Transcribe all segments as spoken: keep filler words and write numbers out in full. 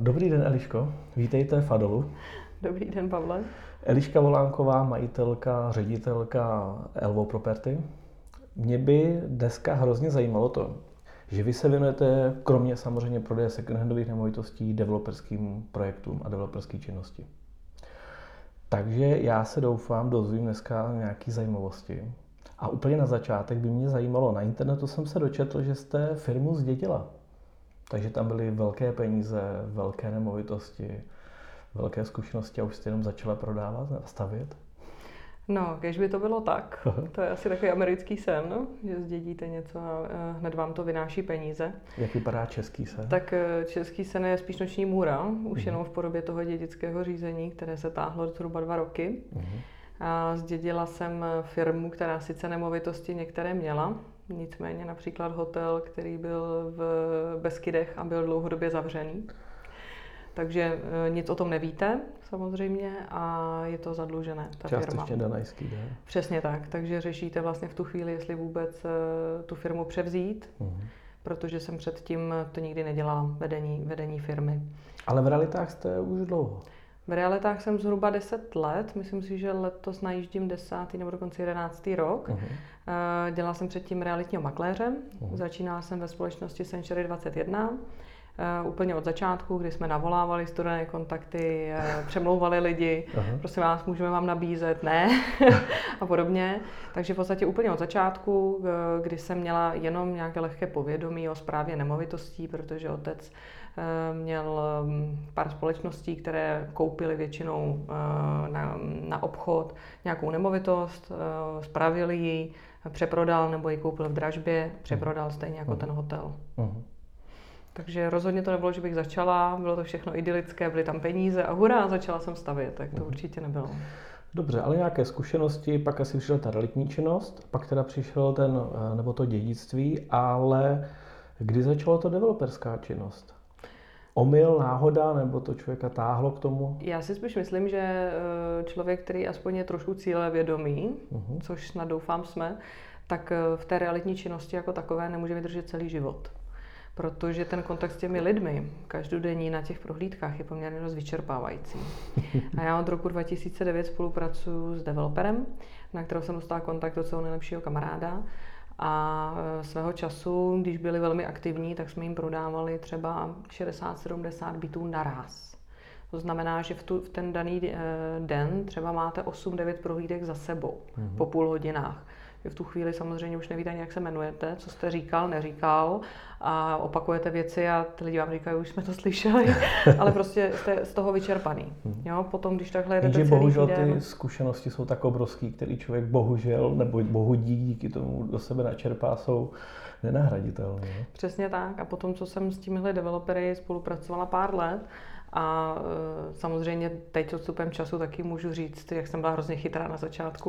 Dobrý den, Eliško. Vítejte v Adolu. Dobrý den, Pavle. Eliška Volánková, majitelka, ředitelka Elvo Property. Mě by dneska hrozně zajímalo to, že vy se věnujete, kromě samozřejmě prodeje second-handových nemovitostí, developerským projektům a developerské činnosti. Takže já se doufám, dozvím dneska nějaké zajímavosti. A úplně na začátek by mě zajímalo, na internetu jsem se dočetl, že jste firmu zdědila. Takže tam byly velké peníze, velké nemovitosti, velké zkušenosti a už jste jenom začala prodávat a stavět? No, když by to bylo tak, to je asi takový americký sen, že zdědíte něco a hned vám to vynáší peníze. Jak vypadá český sen? Tak český sen je spíš noční můra, už mm. jenom v podobě toho dědického řízení, které se táhlo zhruba dva roky. Mm. A zdědila jsem firmu, která sice nemovitosti některé měla, nicméně například hotel, který byl v Beskydech a byl dlouhodobě zavřený. Takže nic o tom nevíte samozřejmě a je to zadlužené, ta firma. Částečně danajský, ne? Přesně tak, takže řešíte vlastně v tu chvíli, jestli vůbec tu firmu převzít, uh-huh. protože jsem předtím to nikdy nedělala, vedení, vedení firmy. Ale v realitách jste už dlouho? V realitách jsem zhruba deset let, myslím si, že letos najíždím desátý nebo dokonce jedenáctý rok. Uh-huh. Dělala jsem předtím realitního makléře, uh-huh. začínala jsem ve společnosti Century dvacet jedna. Uh, úplně od začátku, kdy jsme navolávali studené kontakty, uh, přemlouvali lidi, uh-huh. prosím vás, můžeme vám nabízet, ne, a podobně. Takže v podstatě úplně od začátku, uh, kdy jsem měla jenom nějaké lehké povědomí o správě nemovitostí, protože otec uh, měl um, pár společností, které koupily většinou uh, na, na obchod nějakou nemovitost, uh, spravili ji, přeprodal nebo ji koupil v dražbě, přeprodal stejně jako uh-huh. ten hotel. Uh-huh. Takže rozhodně to nebylo, že bych začala, bylo to všechno idylické, byly tam peníze a hurá, začala jsem stavět, tak to určitě nebylo. Dobře, ale nějaké zkušenosti, pak asi přišla ta realitní činnost, pak teda přišel ten, nebo to dědictví, ale kdy začala to developerská činnost? Omyl, náhoda, nebo to člověka táhlo k tomu? Já si spíš myslím, že člověk, který aspoň je trošku cílevědomý, uh-huh. což snad doufám jsme, tak v té realitní činnosti jako takové nemůže vydržet celý život. Protože ten kontakt s těmi lidmi každodenní na těch prohlídkách je poměrně dost vyčerpávající. A já od roku dva tisíce devět spolupracuji s developerem, na kterého jsem dostala kontakt od svého nejlepšího kamaráda. A svého času, když byli velmi aktivní, tak jsme jim prodávali třeba šedesát sedmdesát bytů naraz. To znamená, že v, tu, v ten daný den třeba máte osm devět prohlídek za sebou mm-hmm. po půl hodinách. V tu chvíli samozřejmě už nevíte ani, jak se jmenujete, co jste říkal, neříkal a opakujete věci a ty lidi vám říkají, už jsme to slyšeli, ale prostě jste z toho vyčerpaný. Jo, potom, když takhle jedete celý bohužel týden... ty zkušenosti jsou tak obrovský, který člověk bohužel, nebo bohu dík, díky tomu do sebe načerpá, jsou nenahraditelné. Přesně tak. A potom, co jsem s těmihle developery spolupracovala pár let, a e, samozřejmě teď odstupem času taky můžu říct, jak jsem byla hrozně chytrá na začátku,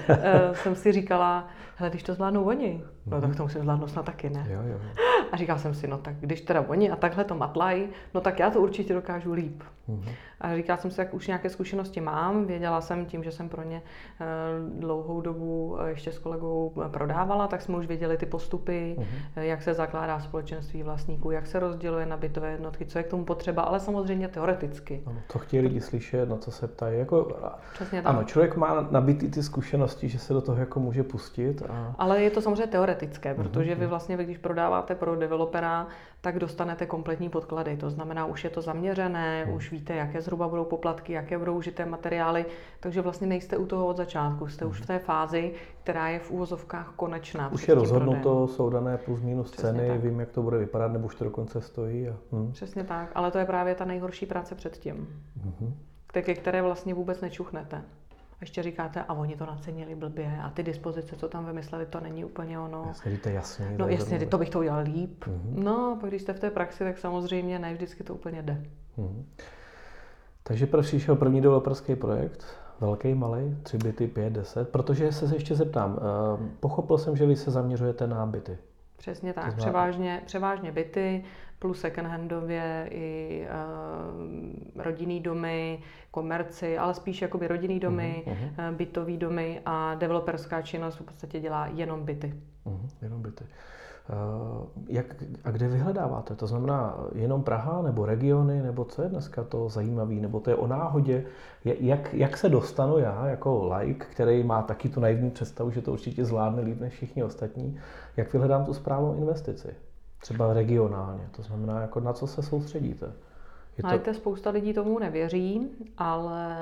e, jsem si říkala, hele, když to zvládnou oni, no tak to musím zvládnout snad taky, ne? Jo, jo. A říkala jsem si, no tak když teda oni a takhle to matlají, no tak já to určitě dokážu líp. Uh-huh. A říkala jsem si, jak už nějaké zkušenosti mám, věděla jsem tím, že jsem pro ně e, dlouhou dobu ještě s kolegou prodávala, tak jsme už věděli ty postupy, uh-huh. jak se zakládá společenství vlastníků, jak se rozděluje na bytové jednotky, co je k tomu potřeba, ale samozřejmě teoreticky. Ano, to chtějí lidi slyšet, na co se ptají. Jako, Přesně tak. Ano, člověk má nabitý ty zkušenosti, že se do toho jako může pustit. A... Ale je to samozřejmě teoretické, protože vy vlastně, když prodáváte pro developera, tak dostanete kompletní podklady. To znamená, už je to zaměřené, hmm. už víte, jaké zhruba budou poplatky, jaké budou užité materiály, takže vlastně nejste u toho od začátku. Jste hmm. už v té fázi, která je v úvozovkách konečná. Už je rozhodnuto, jsou dané plus minus ceny, tak. Vím, jak to bude vypadat, nebo už to dokonce stojí. A... Hmm. Přesně tak, ale to je právě ta nejhorší práce předtím, hmm. ke které vlastně vůbec nečuchnete. Ještě říkáte, a oni to nacenili blbě a ty dispozice, co tam vymysleli, to není úplně ono. Jasně, to je jasný. No jasně, to bych to udělal líp. Mm-hmm. No, pak když jste v té praxi, tak samozřejmě ne vždycky to úplně jde. Mm-hmm. Takže přišel první developerský projekt, velký, malý, tři byty, pět, deset, protože se ještě zeptám, pochopil jsem, že vy se zaměřujete na byty. Přesně tak, převážně, převážně byty, plus second-handově i uh, rodinný domy, komerci, ale spíš jakoby rodinný domy, uh-huh. bytový domy a developerská činnost v podstatě dělá jenom byty. Uh-huh, jenom byty. Jak, a kde vyhledáváte? To znamená jenom Praha nebo regiony, nebo co je dneska to zajímavé, nebo to je o náhodě? Jak, jak se dostanu já jako laik, který má taky tu naivní představu, že to určitě zvládne líp než všichni ostatní, jak vyhledám tu správnou investici? Třeba regionálně, to znamená, jako na co se soustředíte? Je to... Ale spousta lidí tomu nevěří, ale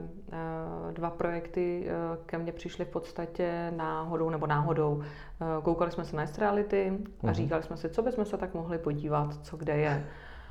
dva projekty ke mně přišly v podstatě náhodou nebo náhodou. Koukali jsme se na S-Reality a uhum. říkali jsme si, co bychom se tak mohli podívat, co kde je.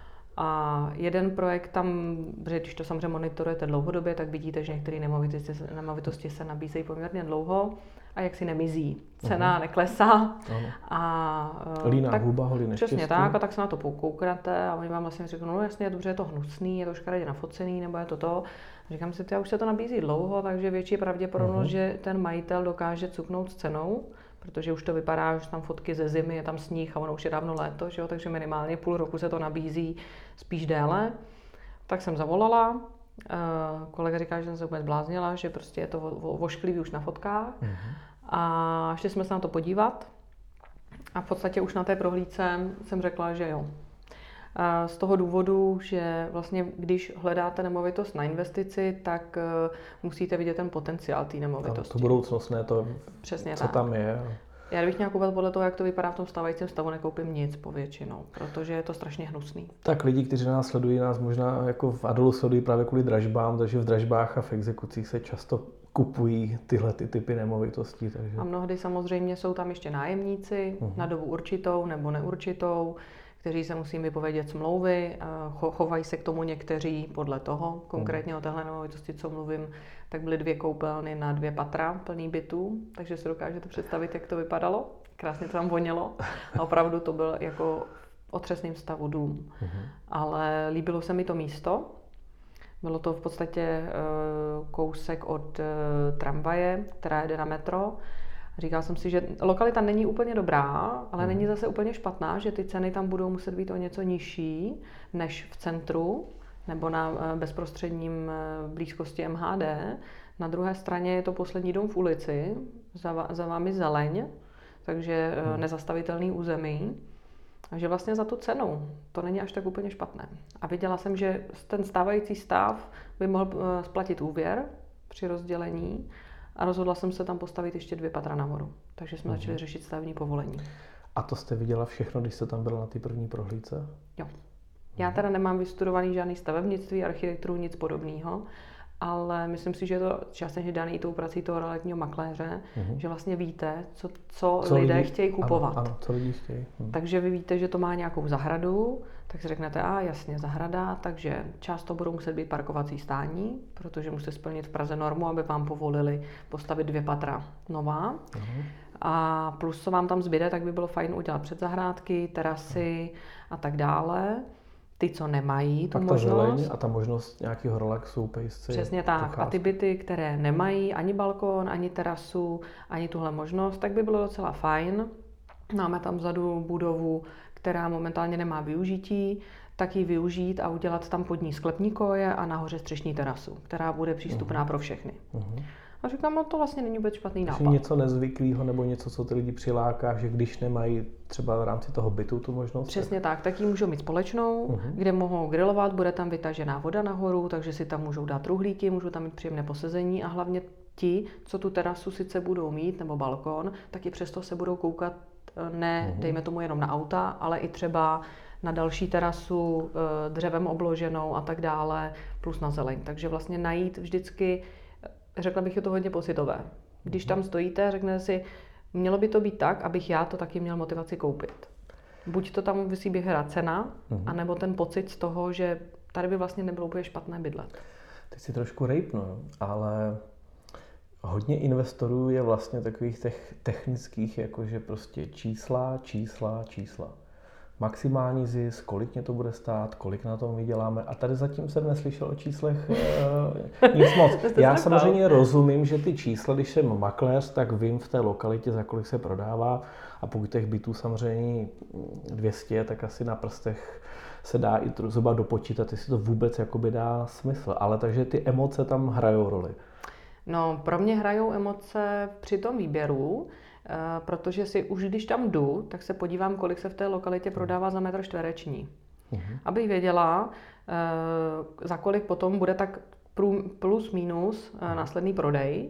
A jeden projekt tam, protože když to samozřejmě monitorujete dlouhodobě, tak vidíte, že některé nemovitosti, nemovitosti se nabízejí poměrně dlouho a jak si nemizí. Cena uh-huh. neklesá. Uh-huh. A líná tak, huba, holí neštěstí. Přesně tak, a tak se na to pokouknete a oni vám vlastně řeknou, no jasně, dobře, je to hnusný, je to škaredě nafocený, nebo je to to. A říkám si, já už se to nabízí dlouho, takže větší pravděpodobnost, uh-huh. že ten majitel dokáže cuknout s cenou, protože už to vypadá, že tam fotky ze zimy, je tam sníh a ono už je dávno léto, že jo? Takže minimálně půl roku se to nabízí spíš déle. Tak jsem zavolala, kolega říká, že jsem se úplně zbláznila, že prostě je to vošklivý už na fotkách. Mm-hmm. A šli jsme se na to podívat a v podstatě už na té prohlídce jsem řekla, že jo. Z toho důvodu, že vlastně když hledáte nemovitost na investici, tak musíte vidět ten potenciál té nemovitosti. To budoucnost, ne to, přesně co tak. tam je. Já kdybych měla koupit podle toho, jak to vypadá v tom stávajícím stavu, nekoupím nic povětšinou, protože je to strašně hnusný. Tak lidi, kteří nás sledují, nás možná jako v Adolu sledují právě kvůli dražbám, takže v dražbách a v exekucích se často kupují tyhle ty typy nemovitostí. Takže... A mnohdy samozřejmě jsou tam ještě nájemníci uh-huh. na dobu určitou nebo neurčitou, kteří se musí vypovědět smlouvy, chovají se k tomu někteří podle toho, konkrétně o téhle nemovitosti, co mluvím, tak byly dvě koupelny na dvě patra plný bytů, takže si dokážete představit, jak to vypadalo. Krásně to tam vonělo a opravdu to byl jako v otřesném stavu dům. Uh-huh. Ale líbilo se mi to místo. Bylo to v podstatě kousek od tramvaje, která jede na metro. Říkala jsem si, že lokalita není úplně dobrá, ale mm. není zase úplně špatná, že ty ceny tam budou muset být o něco nižší než v centru nebo na bezprostředním blízkosti M H D. Na druhé straně je to poslední dům v ulici, za, za vámi zeleň, takže mm. nezastavitelný území. Takže vlastně za tu cenu to není až tak úplně špatné. A viděla jsem, že ten stávající stav by mohl splatit úvěr při rozdělení. A rozhodla jsem se tam postavit ještě dvě patra nahoru. Takže jsme mm. začali řešit stavební povolení. A to jste viděla všechno, když jste tam byla na té první prohlídce? Jo. Já teda nemám vystudovaný žádný stavebnictví, architekturu, nic podobného, ale myslím si, že je to částečně daný tou prací toho realitního makléře, mm. že vlastně víte, co, co, co lidé lidi, chtějí kupovat. Ano, ano, co lidi chtějí. Hm. Takže vy víte, že to má nějakou zahradu, tak si řeknete, a jasně, zahrada, takže často to budou muset být parkovací stání, protože musíte splnit v Praze normu, aby vám povolili postavit dvě patra nová. Uh-huh. A plus, co vám tam zbyde, tak by bylo fajn udělat předzahrádky, terasy uh-huh. a tak dále. Ty, co nemají tu tak možnost. Ta zeleň a ta možnost nějakého relaxu, pejsci. Přesně tak. Procházky. A ty byty, které nemají ani balkon, ani terasu, ani tuhle možnost, tak by bylo docela fajn. Máme tam vzadu budovu, která momentálně nemá využití, tak ji využít a udělat tam pod ní sklepní koje a nahoře střešní terasu, která bude přístupná uh-huh. pro všechny. Uh-huh. A říkám, no to vlastně není vůbec špatný nápad. Něco nezvyklého nebo něco, co ty lidi přiláká, že když nemají třeba v rámci toho bytu tu možnost? Přesně tak, tak ji můžou mít společnou, uh-huh. kde mohou grilovat, bude tam vytažená voda nahoru, takže si tam můžou dát truhlíky, můžou tam mít příjemné posezení a hlavně ti, co tu terasu sice budou mít, nebo balkon, tak i přesto se budou koukat ne, uh-huh. dejme tomu jenom na auta, ale i třeba na další terasu, dřevem obloženou a tak dále, plus na zeleň. Takže vlastně najít vždycky, řekla bych, je to hodně pocitové. Když tam stojíte, řeknete si, mělo by to být tak, abych já to taky měl motivaci koupit. Buď to tam vysí běhra cena, uh-huh. anebo ten pocit z toho, že tady by vlastně nebylo úplně špatné bydlet. Teď si trošku rejpnu, ale hodně investorů je vlastně takových těch technických, jakože prostě čísla, čísla, čísla. Maximální zisk, kolik mě to bude stát, kolik na tom vyděláme. A tady zatím jsem neslyšel o číslech e, nic moc. Já samozřejmě rozumím, že ty čísla, když jsem makléř, tak vím v té lokalitě, za kolik se prodává. A pokud těch bytů samozřejmě dvě stě, tak asi na prstech se dá i zhruba dopočítat, jestli to vůbec jakoby dá smysl. Ale takže ty emoce tam hrajou roli. No, pro mě hrajou emoce při tom výběru, protože si už když tam jdu, tak se podívám, kolik se v té lokalitě prodává za metr čtvereční. Uh-huh. Abych věděla, za kolik potom bude tak plus minus následný prodej.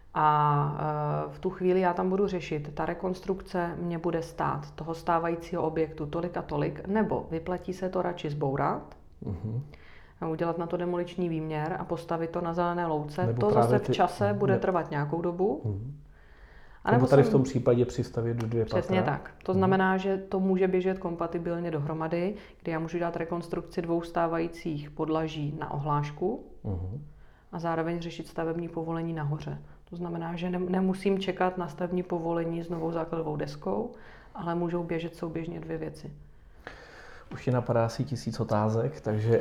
A v tu chvíli já tam budu řešit, ta rekonstrukce mě bude stát toho stávajícího objektu tolik a tolik, nebo vyplatí se to radši zbourat, uh-huh. a udělat na to demoliční výměr a postavit to na zelené louce. Nebo to zase v čase ty... bude ne... trvat nějakou dobu. Uh-huh. A nebo tady jsem... v tom případě přistavit do dvě patra. Přesně tak. To znamená, uh-huh. že to může běžet kompatibilně dohromady, kdy já můžu dát rekonstrukci dvou stávajících podlaží na ohlášku uh-huh. a zároveň řešit stavební povolení nahoře. To znamená, že nemusím čekat na stavební povolení s novou základovou deskou, ale můžou běžet souběžně dvě věci. Už je napadá asi tisíc otázek, takže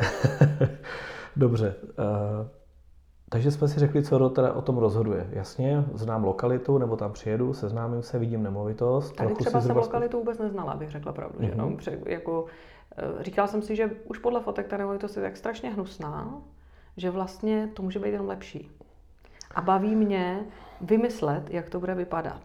dobře. Uh, takže jsme si řekli, co teda o tom rozhoduje. Jasně, znám lokalitu, nebo tam přijedu, seznámím se, vidím nemovitost. Tady třeba jsem lokalitu vůbec neznala, abych řekla pravdu. Uh-huh. Že no, jako, uh, říkala jsem si, že už podle fotek ta nemovitost je tak strašně hnusná, že vlastně to může být jenom lepší. A baví mě vymyslet, jak to bude vypadat.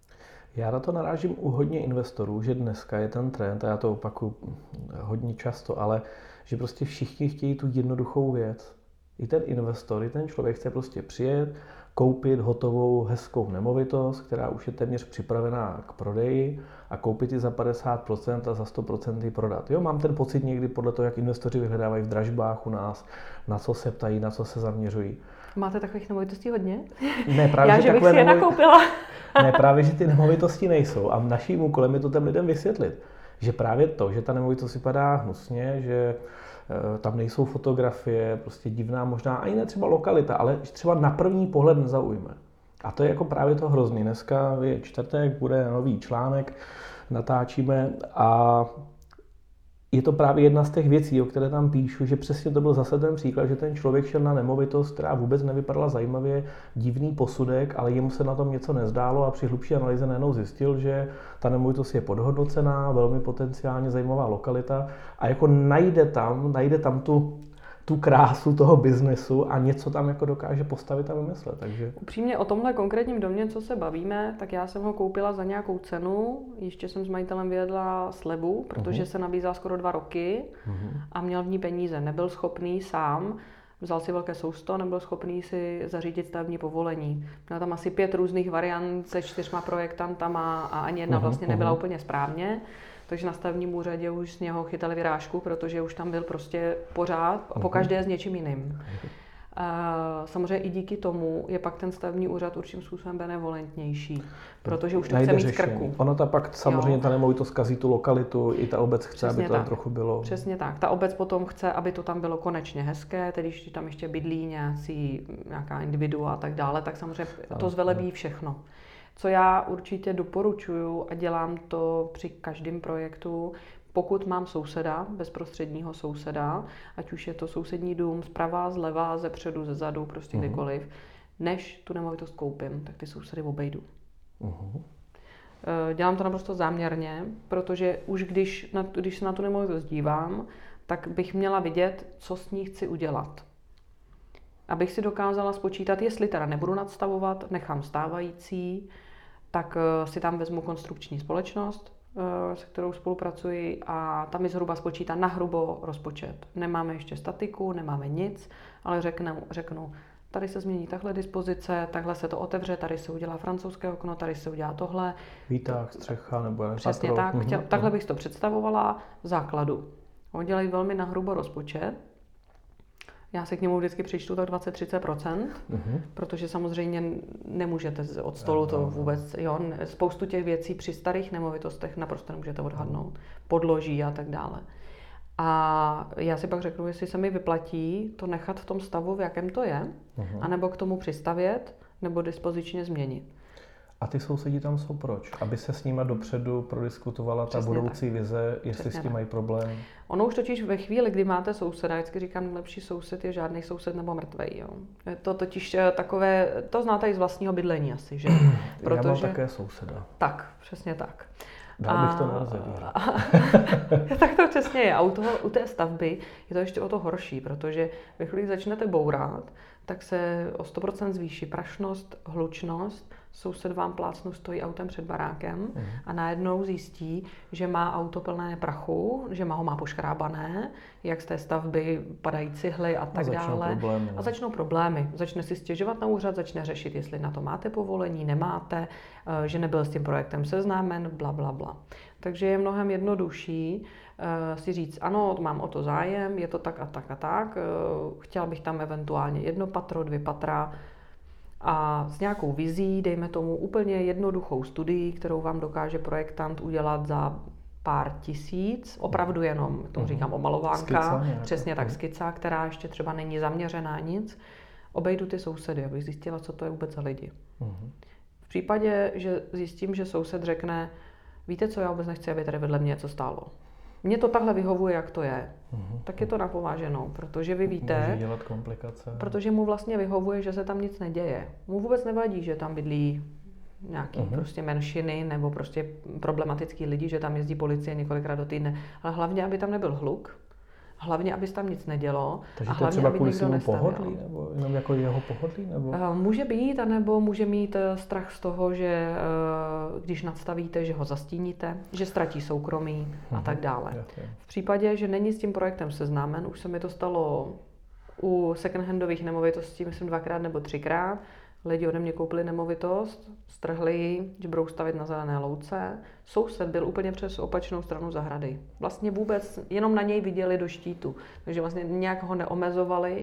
Já na to narážím u hodně investorů, že dneska je ten trend, a já to opakuju hodně často, ale že prostě všichni chtějí tu jednoduchou věc. I ten investor, i ten člověk chce prostě přijet, koupit hotovou hezkou nemovitost, která už je téměř připravená k prodeji a koupit ji za padesát procent a za sto procent ji prodat. Jo, mám ten pocit někdy podle toho, jak investoři vyhledávají v dražbách u nás, na co se ptají, na co se zaměřují. Máte takových nemovitostí hodně? Ne, právě, Já, že, že bych si je nemovi... nakoupila. Ne, právě, že ty nemovitosti nejsou. A naším úkolem je to těm lidem vysvětlit. Že právě to, že ta nemovitost vypadá hnusně, že e, tam nejsou fotografie, prostě divná možná, ani ne třeba lokalita, ale třeba na první pohled nezaujme. A to je jako právě to hrozný. Dneska je čtvrtek, bude nový článek, natáčíme a je to právě jedna z těch věcí, o které tam píšu, že přesně to byl zase ten příklad, že ten člověk šel na nemovitost, která vůbec nevypadala zajímavě, divný posudek, ale jemu se na tom něco nezdálo a při hlubší analýze najednou zjistil, že ta nemovitost je podhodnocená, velmi potenciálně zajímavá lokalita a jako najde tam, najde tam tu, tu krásu toho biznesu a něco tam jako dokáže postavit a vymyslet. Takže... Upřímně o tomhle konkrétním domě, co se bavíme, tak já jsem ho koupila za nějakou cenu, ještě jsem s majitelem vyjedla slevu, protože uh-huh. se nabízela skoro dva roky uh-huh. a měl v ní peníze. Nebyl schopný sám, vzal si velké sousto, nebyl schopný si zařídit stavební povolení. Měl tam asi pět různých variant se čtyřma projektantama a ani jedna uh-huh. vlastně nebyla uh-huh. úplně správně. Takže na stavebním úřadě už z něho chytali vyrážku, protože už tam byl prostě pořád a pokaždé s něčím jiným. Samozřejmě i díky tomu je pak ten stavební úřad určitým způsobem benevolentnější, protože už to chce mít v krku. Ono ta pak samozřejmě jo. ta nemovitost kazí tu lokalitu, i ta obec chce, přesně aby to tak. tam trochu bylo. Přesně tak. Ta obec potom chce, aby to tam bylo konečně hezké, tedy když tam ještě bydlí nějací, nějaká individua a tak dále, tak samozřejmě to zvelebí všechno. Co já určitě doporučuju a dělám to při každém projektu, pokud mám souseda, bezprostředního souseda, ať už je to sousední dům zprava, zleva, ze předu, ze zadu, prostě uh-huh. kdykoliv, než tu nemovitost koupím, tak ty sousedy obejdu. Uh-huh. Dělám to naprosto záměrně, protože už když, na, když se na tu nemovitost dívám, tak bych měla vidět, co s ní chci udělat. Abych si dokázala spočítat, jestli teda nebudu nadstavovat, nechám stávající, tak si tam vezmu konstrukční společnost, se kterou spolupracuji a tam mi zhruba spočítá na hrubo rozpočet. Nemáme ještě statiku, nemáme nic, ale řeknu, řeknu, tady se změní tahle dispozice, takhle se to otevře, tady se udělá francouzské okno, tady se udělá tohle. Výtah, střecha nebo nevím. Přesně tak, mm-hmm. chtěl, takhle bych to představovala v základu. Oni dělají velmi na hrubo rozpočet. Já se k němu vždycky přičtu tak dvacet až třicet procent, uh-huh. protože samozřejmě nemůžete od stolu to vůbec, jo, spoustu těch věcí při starých nemovitostech naprosto nemůžete odhadnout, podloží a tak dále. A já si pak řeknu, jestli se mi vyplatí to nechat v tom stavu, v jakém to je, uh-huh. anebo k tomu přistavět, nebo dispozičně změnit. A ty sousedi tam jsou proč? Aby se s nima dopředu prodiskutovala ta přesně budoucí tak. vize, jestli přesně s tím tak. mají problém? Ono už totiž ve chvíli, kdy máte souseda, vždycky říkám, nejlepší soused je žádný soused nebo mrtvej. Jo. Je to totiž takové, to znáte i z vlastního bydlení asi, že? Protože... Já mám také souseda. Tak, přesně tak. Dál bych to nerozebíral. Tak to přesně je. A u, toho, u té stavby je to ještě o to horší, protože ve chvíli, kdy začnete bourat, tak se o sto procent zvýší prašnost, hlučnost, soused vám plácnu stojí autem před barákem mm. a najednou zjistí, že má auto plné prachu, že má ho má poškrábané, jak z té stavby padají cihly a tak a dále. Problémy, a začnou problémy. Začne si stěžovat na úřad, začne řešit, jestli na to máte povolení, nemáte, že nebyl s tím projektem seznámen, bla, bla, bla. Takže je mnohem jednodušší uh, si říct, ano, mám o to zájem, je to tak a tak a tak, uh, chtěla bych tam eventuálně jedno patro, dvě patra a s nějakou vizí, dejme tomu úplně jednoduchou studii, kterou vám dokáže projektant udělat za pár tisíc, opravdu jenom, tomu uh-huh. říkám omalovánka, skica, přesně tak skica, která ještě třeba není zaměřená nic, obejdu ty sousedy, abych zjistila, co to je vůbec za lidi. Uh-huh. V případě, že zjistím, že soused řekne, víte co, já vůbec nechci, aby tady vedle mě něco stálo. Mně to takhle vyhovuje, jak to je. Uh-huh. Tak je to napováženou, protože vy víte, může dělat komplikace. Protože mu vlastně vyhovuje, že se tam nic neděje. Mu vůbec nevadí, že tam bydlí nějaký uh-huh. prostě menšiny nebo prostě problematický lidi, že tam jezdí policie několikrát do týdne, ale hlavně, aby tam nebyl hluk. Hlavně, aby se tam nic nedělo. Takže a to hlavně, třeba aby kvůli nikdo svému nestavěl. pohodlí, nebo jenom jako jeho pohodlí? Nebo? Může být, anebo může mít strach z toho, že když nadstavíte, že ho zastíníte, že ztratí soukromí a tak dále. V případě, že není s tím projektem seznámen, už se mi to stalo u second-handových nemovitostí, myslím dvakrát nebo třikrát, lidi ode mě koupili nemovitost, strhli ji, že budou stavit na zelené louce. Soused byl úplně přes opačnou stranu zahrady. Vlastně vůbec jenom na něj viděli do štítu. Takže vlastně nějak ho neomezovali.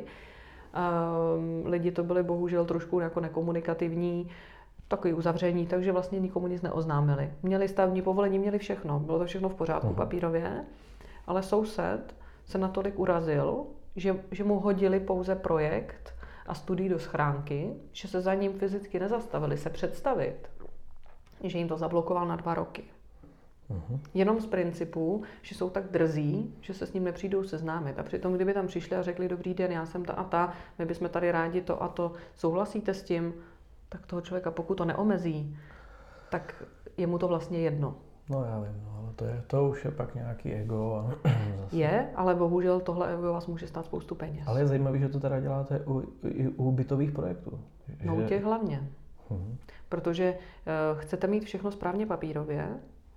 Um, lidi to byli bohužel trošku jako nekomunikativní, takový uzavření, takže vlastně nikomu nic neoznámili. Měli stavební povolení, měli všechno. Bylo to všechno v pořádku uh-huh. papírově, ale soused se natolik urazil, že, že mu hodili pouze projekt a studii do schránky, že se za ním fyzicky nezastavili se představit, že jim to zablokoval na dva roky. Uh-huh. Jenom z principu, že jsou tak drzí, že se s ním nepřijdou seznámit. A přitom, kdyby tam přišli a řekli, dobrý den, já jsem ta a ta, my bychom tady rádi to a to, souhlasíte s tím, tak toho člověka, pokud to neomezí, tak je mu to vlastně jedno. No já vím, no, ale to, je, to už je pak nějaký ego. A zase. Je, ale bohužel tohle ego vás může stát spoustu peněz. Ale je zajímavé, že to teda děláte u, i u bytových projektů. Že... No u těch hlavně. Uh-huh. Protože uh, chcete mít všechno správně papírově,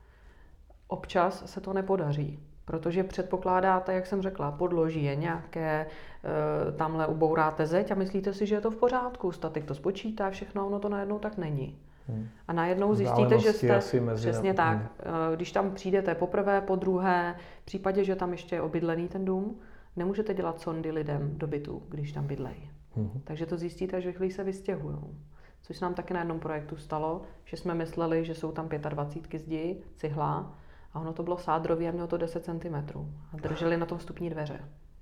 občas se to nepodaří. Protože předpokládáte, jak jsem řekla, podloží je nějaké, e, tamhle ubouráte zeď a myslíte si, že je to v pořádku, statik to spočítá, všechno, ono to najednou tak není. Hmm. A najednou zjistíte, že jste, přesně tak, hmm. když tam přijdete poprvé, po druhé, v případě, že tam ještě je obydlený ten dům, nemůžete dělat sondy lidem do bytu, když tam bydlejí. Hmm. Takže to zjistíte, že chvíli se vystěhují. Což se nám taky na jednom projektu stalo, že jsme mysleli, že jsou tam dvacet pět zdi, cihla, a ono to bylo sádrový a mělo to deset centimetrů. A drželi na tom vstupní dveře.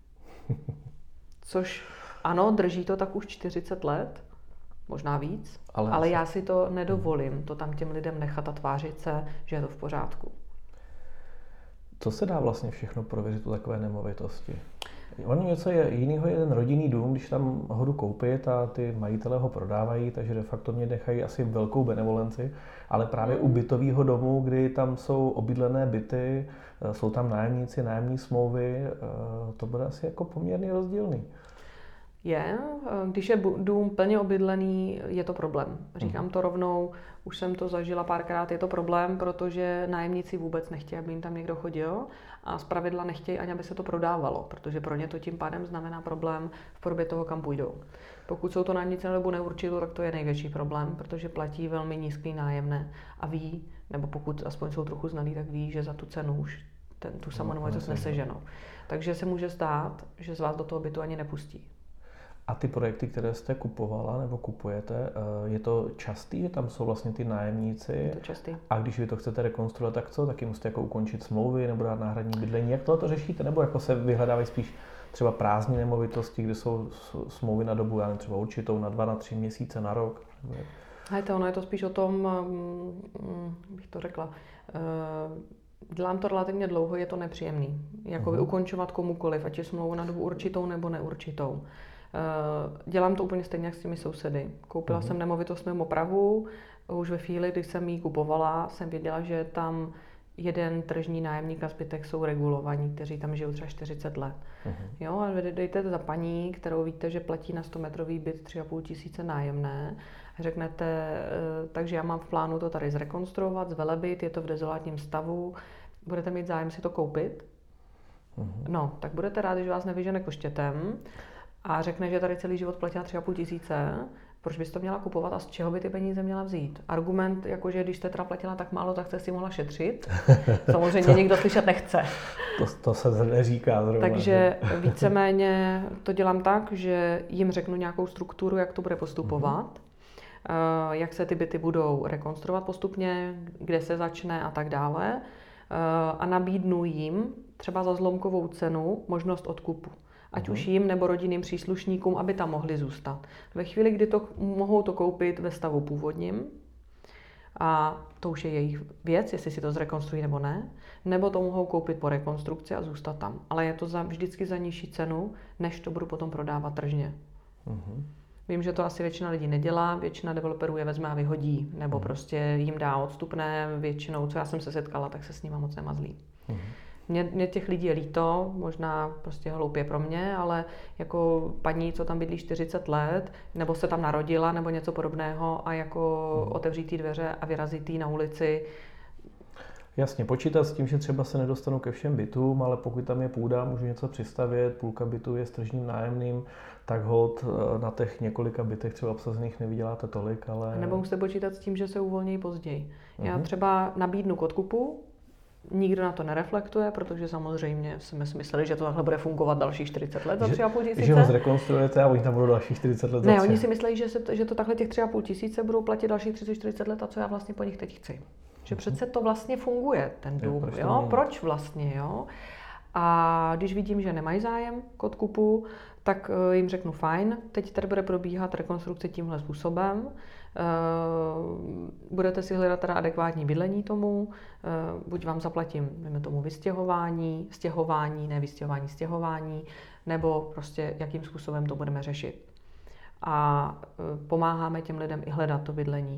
Což ano, drží to tak už čtyřicet let, možná víc, ale, ale já si to nedovolím, to tam těm lidem nechat a tvářit se, že je to v pořádku. Co se dá vlastně všechno prověřit u takové nemovitosti? Ono něco je jiného, je ten rodinný dům, když tam ho jdu koupit a ty majitelé ho prodávají, takže de facto mě nechají asi velkou benevolenci, ale právě mm. u bytového domu, kdy tam jsou obydlené byty, jsou tam nájemníci, nájemní smlouvy, to bude asi jako poměrně rozdílný. Je, když je dům plně obydlený, je to problém. Říkám to rovnou, už jsem to zažila párkrát, je to problém, protože nájemníci vůbec nechtějí, aby jim tam někdo chodil a zpravidla nechtějí ani, aby se to prodávalo, protože pro ně to tím pádem znamená problém v podobě toho, kam půjdou. Pokud jsou to nájemníci na dobu neurčitou, tak to je největší problém, protože platí velmi nízký nájemné a ví, nebo pokud aspoň jsou trochu znalí, tak ví, že za tu cenu už ten, tu samou nemovitost neseženou. Takže se může stát, že z vás do toho bytu ani nepustí. A ty projekty, které jste kupovala nebo kupujete, je to častý, že tam jsou vlastně ty nájemníci? Je to častý. A když vy to chcete rekonstruovat, tak co? Taky musíte jako ukončit smlouvy nebo dát náhradní bydlení? Jak tohle to řešíte? Nebo jako se vyhledávají spíš třeba prázdné nemovitosti, kde jsou smlouvy na dobu, já nevím, třeba určitou, na dva, na tři měsíce, na rok? Hejte, ono je to spíš o tom, bych to řekla, dělám to relativně dlouho, je to nepříjemný. Jakoby uh-huh. ukončovat komukoliv, ať je smlouvu na dobu určitou nebo neurčitou. Dělám to úplně stejně jak s těmi sousedy. Koupila uh-huh. jsem nemovitost mimo Prahu, už ve chvíli, kdy jsem ji kupovala, jsem věděla, že tam jeden tržní nájemník a zbytek jsou regulovaní, kteří tam žijou třeba čtyřicet let. Uh-huh. Jo, a vy dejte za paní, kterou víte, že platí na sto metrový byt tři a půl tisíce nájemné. Řeknete, takže já mám v plánu to tady zrekonstruovat, zvelebit, je to v dezolátním stavu, budete mít zájem si to koupit? Uh-huh. No, tak budete rádi, že vás nevyžene koštětem a řekne, že tady celý život platila tři a půl tisíce. Proč bys to měla kupovat a z čeho by ty peníze měla vzít? Argument, jakože když jste teda platila tak málo, tak jste si mohla šetřit. Samozřejmě to, nikdo slyšet nechce. To, to se neříká zrovna. Takže víceméně to dělám tak, že jim řeknu nějakou strukturu, jak to bude postupovat, mm-hmm. jak se ty byty budou rekonstruovat postupně, kde se začne a tak dále. A nabídnu jim třeba za zlomkovou cenu možnost odkupu. Ať už jim nebo rodinným příslušníkům, aby tam mohli zůstat. Ve chvíli, kdy to mohou to koupit ve stavu původním, a to už je jejich věc, jestli si to zrekonstruují nebo ne, nebo to mohou koupit po rekonstrukci a zůstat tam. Ale je to za, vždycky za nižší cenu, než to budu potom prodávat tržně. Uh-huh. Vím, že to asi většina lidí nedělá, většina developerů je vezme a vyhodí, nebo uh-huh. prostě jim dá odstupné, většinou, co já jsem se setkala, tak se s nima moc nemazlí. Uh-huh. Mě, mě těch lidí je líto, možná prostě hloupě pro mě, ale jako paní, co tam bydlí čtyřicet let, nebo se tam narodila, nebo něco podobného a jako hmm. otevřít ty dveře a vyrazit jí na ulici. Jasně, počítat s tím, že třeba se nedostanu ke všem bytům, ale pokud tam je půda, můžu něco přistavět, půlka bytu je s tržním nájemným, tak hod na těch několika bytech třeba obsazených nevyděláte tolik, ale... Nebo musíte počítat s tím, že se uvolnějí později. Hmm. Já třeba nabídnu k odkupu, nikdo na to nereflektuje, protože samozřejmě jsme si mysleli, že to takhle bude fungovat dalších čtyřicet let za tři a půl tisíce. Že ho zrekonstruujete a oni tam budou dalších čtyřicet let za Ne, oni si myslí, že, se, že to takhle těch tři a půl tisíce budou platit dalších třicet čtyřicet let a co já vlastně po nich teď chci. Že přece to vlastně funguje, ten dům, proč, jo? Proč vlastně, jo? A když vidím, že nemají zájem k odkupu, tak jim řeknu fajn, teď tady bude probíhat rekonstrukce tímhle způsobem. Budete si hledat teda adekvátní bydlení tomu, buď vám zaplatím, dejme tomu, vystěhování, stěhování, ne vystěhování, stěhování, nebo prostě jakým způsobem to budeme řešit. A pomáháme těm lidem i hledat to bydlení.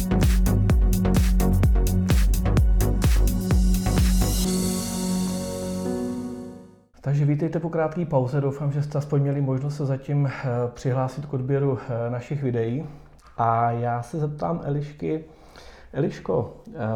Takže vítejte po krátké pauze, doufám, že jste aspoň měli možnost se zatím přihlásit k odběru našich videí. A já se zeptám Elišky, Eliško,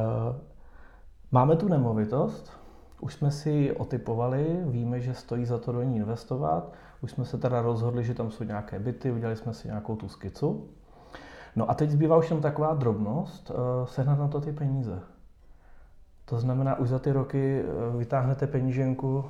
máme tu nemovitost, už jsme si ji otypovali, víme, že stojí za to do ní investovat, už jsme se teda rozhodli, že tam jsou nějaké byty, udělali jsme si nějakou tu skicu. No a teď zbývá už jen taková drobnost, sehnat na to ty peníze. To znamená, už za ty roky vytáhnete peníženku,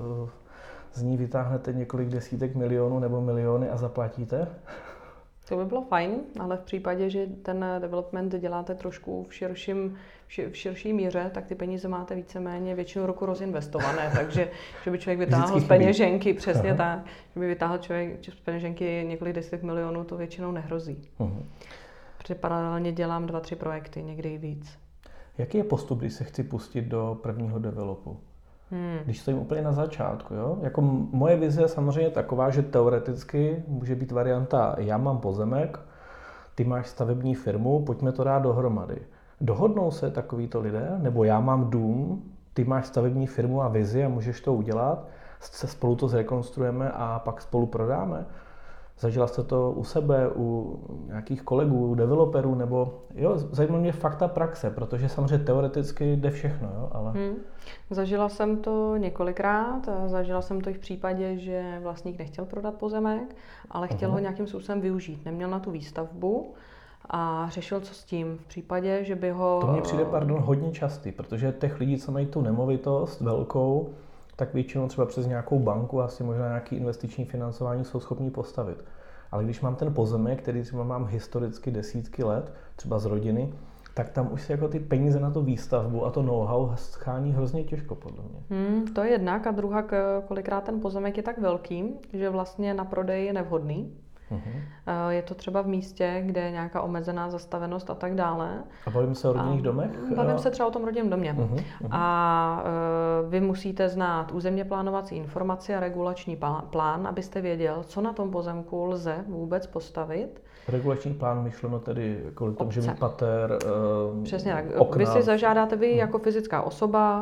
z ní vytáhnete několik desítek milionů nebo miliony a zaplatíte? To by bylo fajn, ale v případě, že ten development děláte trošku v širším, v širší míře, tak ty peníze máte víceméně většinu roku rozinvestované, takže že by člověk vytáhl z peněženky, přesně Aha. tak, že by vytáhl člověk z peněženky několik desítek milionů, to většinou nehrozí. Uh-huh. Protože paralelně dělám dva, tři projekty, někdy i víc. Jaký je postup, když se chci pustit do prvního developu? Hmm. Když stojím úplně na začátku, jo? Jako moje vize je samozřejmě taková, že teoreticky může být varianta, já mám pozemek, ty máš stavební firmu, pojďme to dát dohromady. Dohodnou se takovýto lidé, nebo já mám dům, ty máš stavební firmu a vizi a můžeš to udělat, se spolu to zrekonstruujeme a pak spolu prodáme. Zažila jste to u sebe, u nějakých kolegů, u developerů, nebo jo, zajímá mě fakta praxe, protože samozřejmě teoreticky jde všechno, jo, ale... Hmm. Zažila jsem to několikrát, zažila jsem to i v případě, že vlastník nechtěl prodat pozemek, ale chtěl uh-huh. ho nějakým způsobem využít, neměl na tu výstavbu a řešil, co s tím v případě, že by ho... To mně přijde, pardon, hodně častý, protože těch lidí, co mají tu nemovitost velkou, tak většinou třeba přes nějakou banku, asi možná nějaký investiční financování jsou schopní postavit. Ale když mám ten pozemek, který třeba mám historicky desítky let, třeba z rodiny, tak tam už se jako ty peníze na tu výstavbu a to know-how schání hrozně těžko, podle mě. Hmm, to je jednak a druhá, kolikrát ten pozemek je tak velký, že vlastně na prodej je nevhodný. Uh-huh. Je to třeba v místě, kde je nějaká omezená zastavenost a tak dále. A bavím se o rodinných a domech? Bavím se třeba o tom rodinném domě. Uh-huh. Uh-huh. A uh, vy musíte znát územně plánovací informaci a regulační plán, abyste věděl, co na tom pozemku lze vůbec postavit. Regulační plán myšleno tedy kvůli tomu, že mít pater, uh, Přesně tak. okna. Vy si zažádáte vy jako fyzická osoba,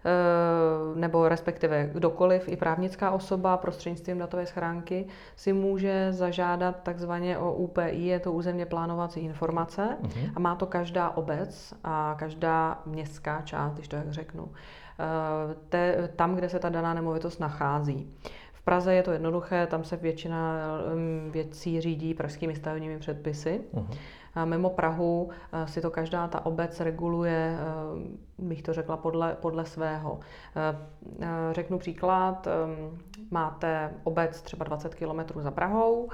uh, nebo respektive kdokoliv, i právnická osoba prostřednictvím datové schránky si může zažádat takzvaně o U P I, je to územně plánovací informace, uh-huh. a má to každá obec a každá městská část, když to jak řeknu, uh, te, tam, kde se ta daná nemovitost nachází. V Praze je to jednoduché, tam se většina věcí řídí pražskými stavebními předpisy. Uh-huh. A mimo Prahu si to každá ta obec reguluje, bych to řekla, podle, podle svého. Řeknu příklad, máte obec třeba dvacet kilometrů za Prahou,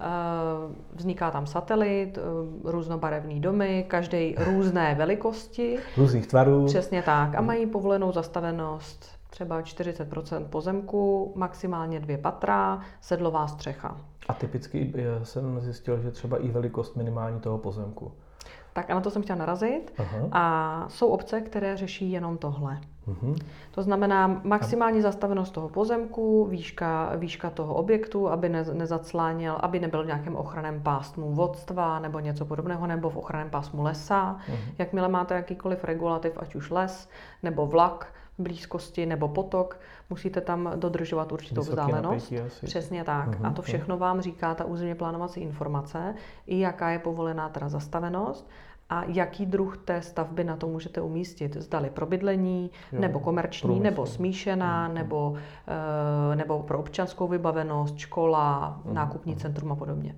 vzniká tam satelit, různobarevný domy, každý různé velikosti. Různých tvarů. Přesně tak. A mají povolenou zastavenost třeba čtyřicet procent pozemku, maximálně dvě patra, sedlová střecha. A typicky jsem zjistil, že třeba i velikost minimální toho pozemku. Tak a na to jsem chtěla narazit. Aha. A jsou obce, které řeší jenom tohle. Uh-huh. To znamená maximální zastavenost toho pozemku, výška, výška toho objektu, aby ne, nezacláněl, aby nebyl v nějakém ochranném pásmu vodstva nebo něco podobného, nebo v ochranném pásmu lesa. Uh-huh. Jakmile máte jakýkoliv regulativ, ať už les nebo vlak v blízkosti nebo potok, musíte tam dodržovat určitou vzdálenost. Přesně tak. Uh-huh. A to všechno vám říká ta územně plánovací informace, i jaká je povolená teda zastavenost a jaký druh té stavby na to můžete umístit. Zdali pro bydlení, jo, nebo komerční, průmysl. Nebo smíšená, uh-huh. nebo, uh, nebo pro občanskou vybavenost, škola, uh-huh. nákupní centrum a podobně.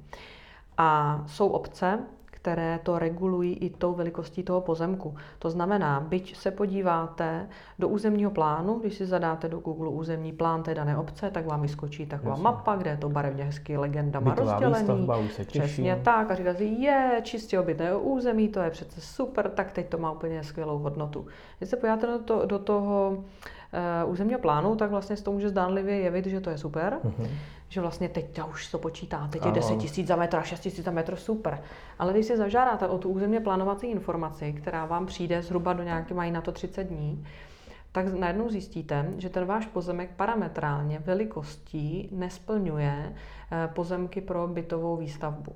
A jsou obce, které to regulují i tou velikostí toho pozemku. To znamená, byť se podíváte do územního plánu, když si zadáte do Google územní plán té dané obce, tak vám vyskočí taková Jasně. mapa, kde je to barevně hezky legendama rozdělený. Přesně tak. A říká si, je, čistě obytné území, to je přece super, tak teď to má úplně skvělou hodnotu. Když se podíváte do, to, do toho uh, územního plánu, tak vlastně se to může zdánlivě jevit, že to je super. Uh-huh. Že vlastně teď už to počítá, teď je deset tisíc za metr a šest tisíc za metr, super. Ale když si zažádáte o tu územně plánovací informaci, která vám přijde zhruba do nějaké, mají na to třicet dní, tak najednou zjistíte, že ten váš pozemek parametrálně velikostí nesplňuje pozemky pro bytovou výstavbu.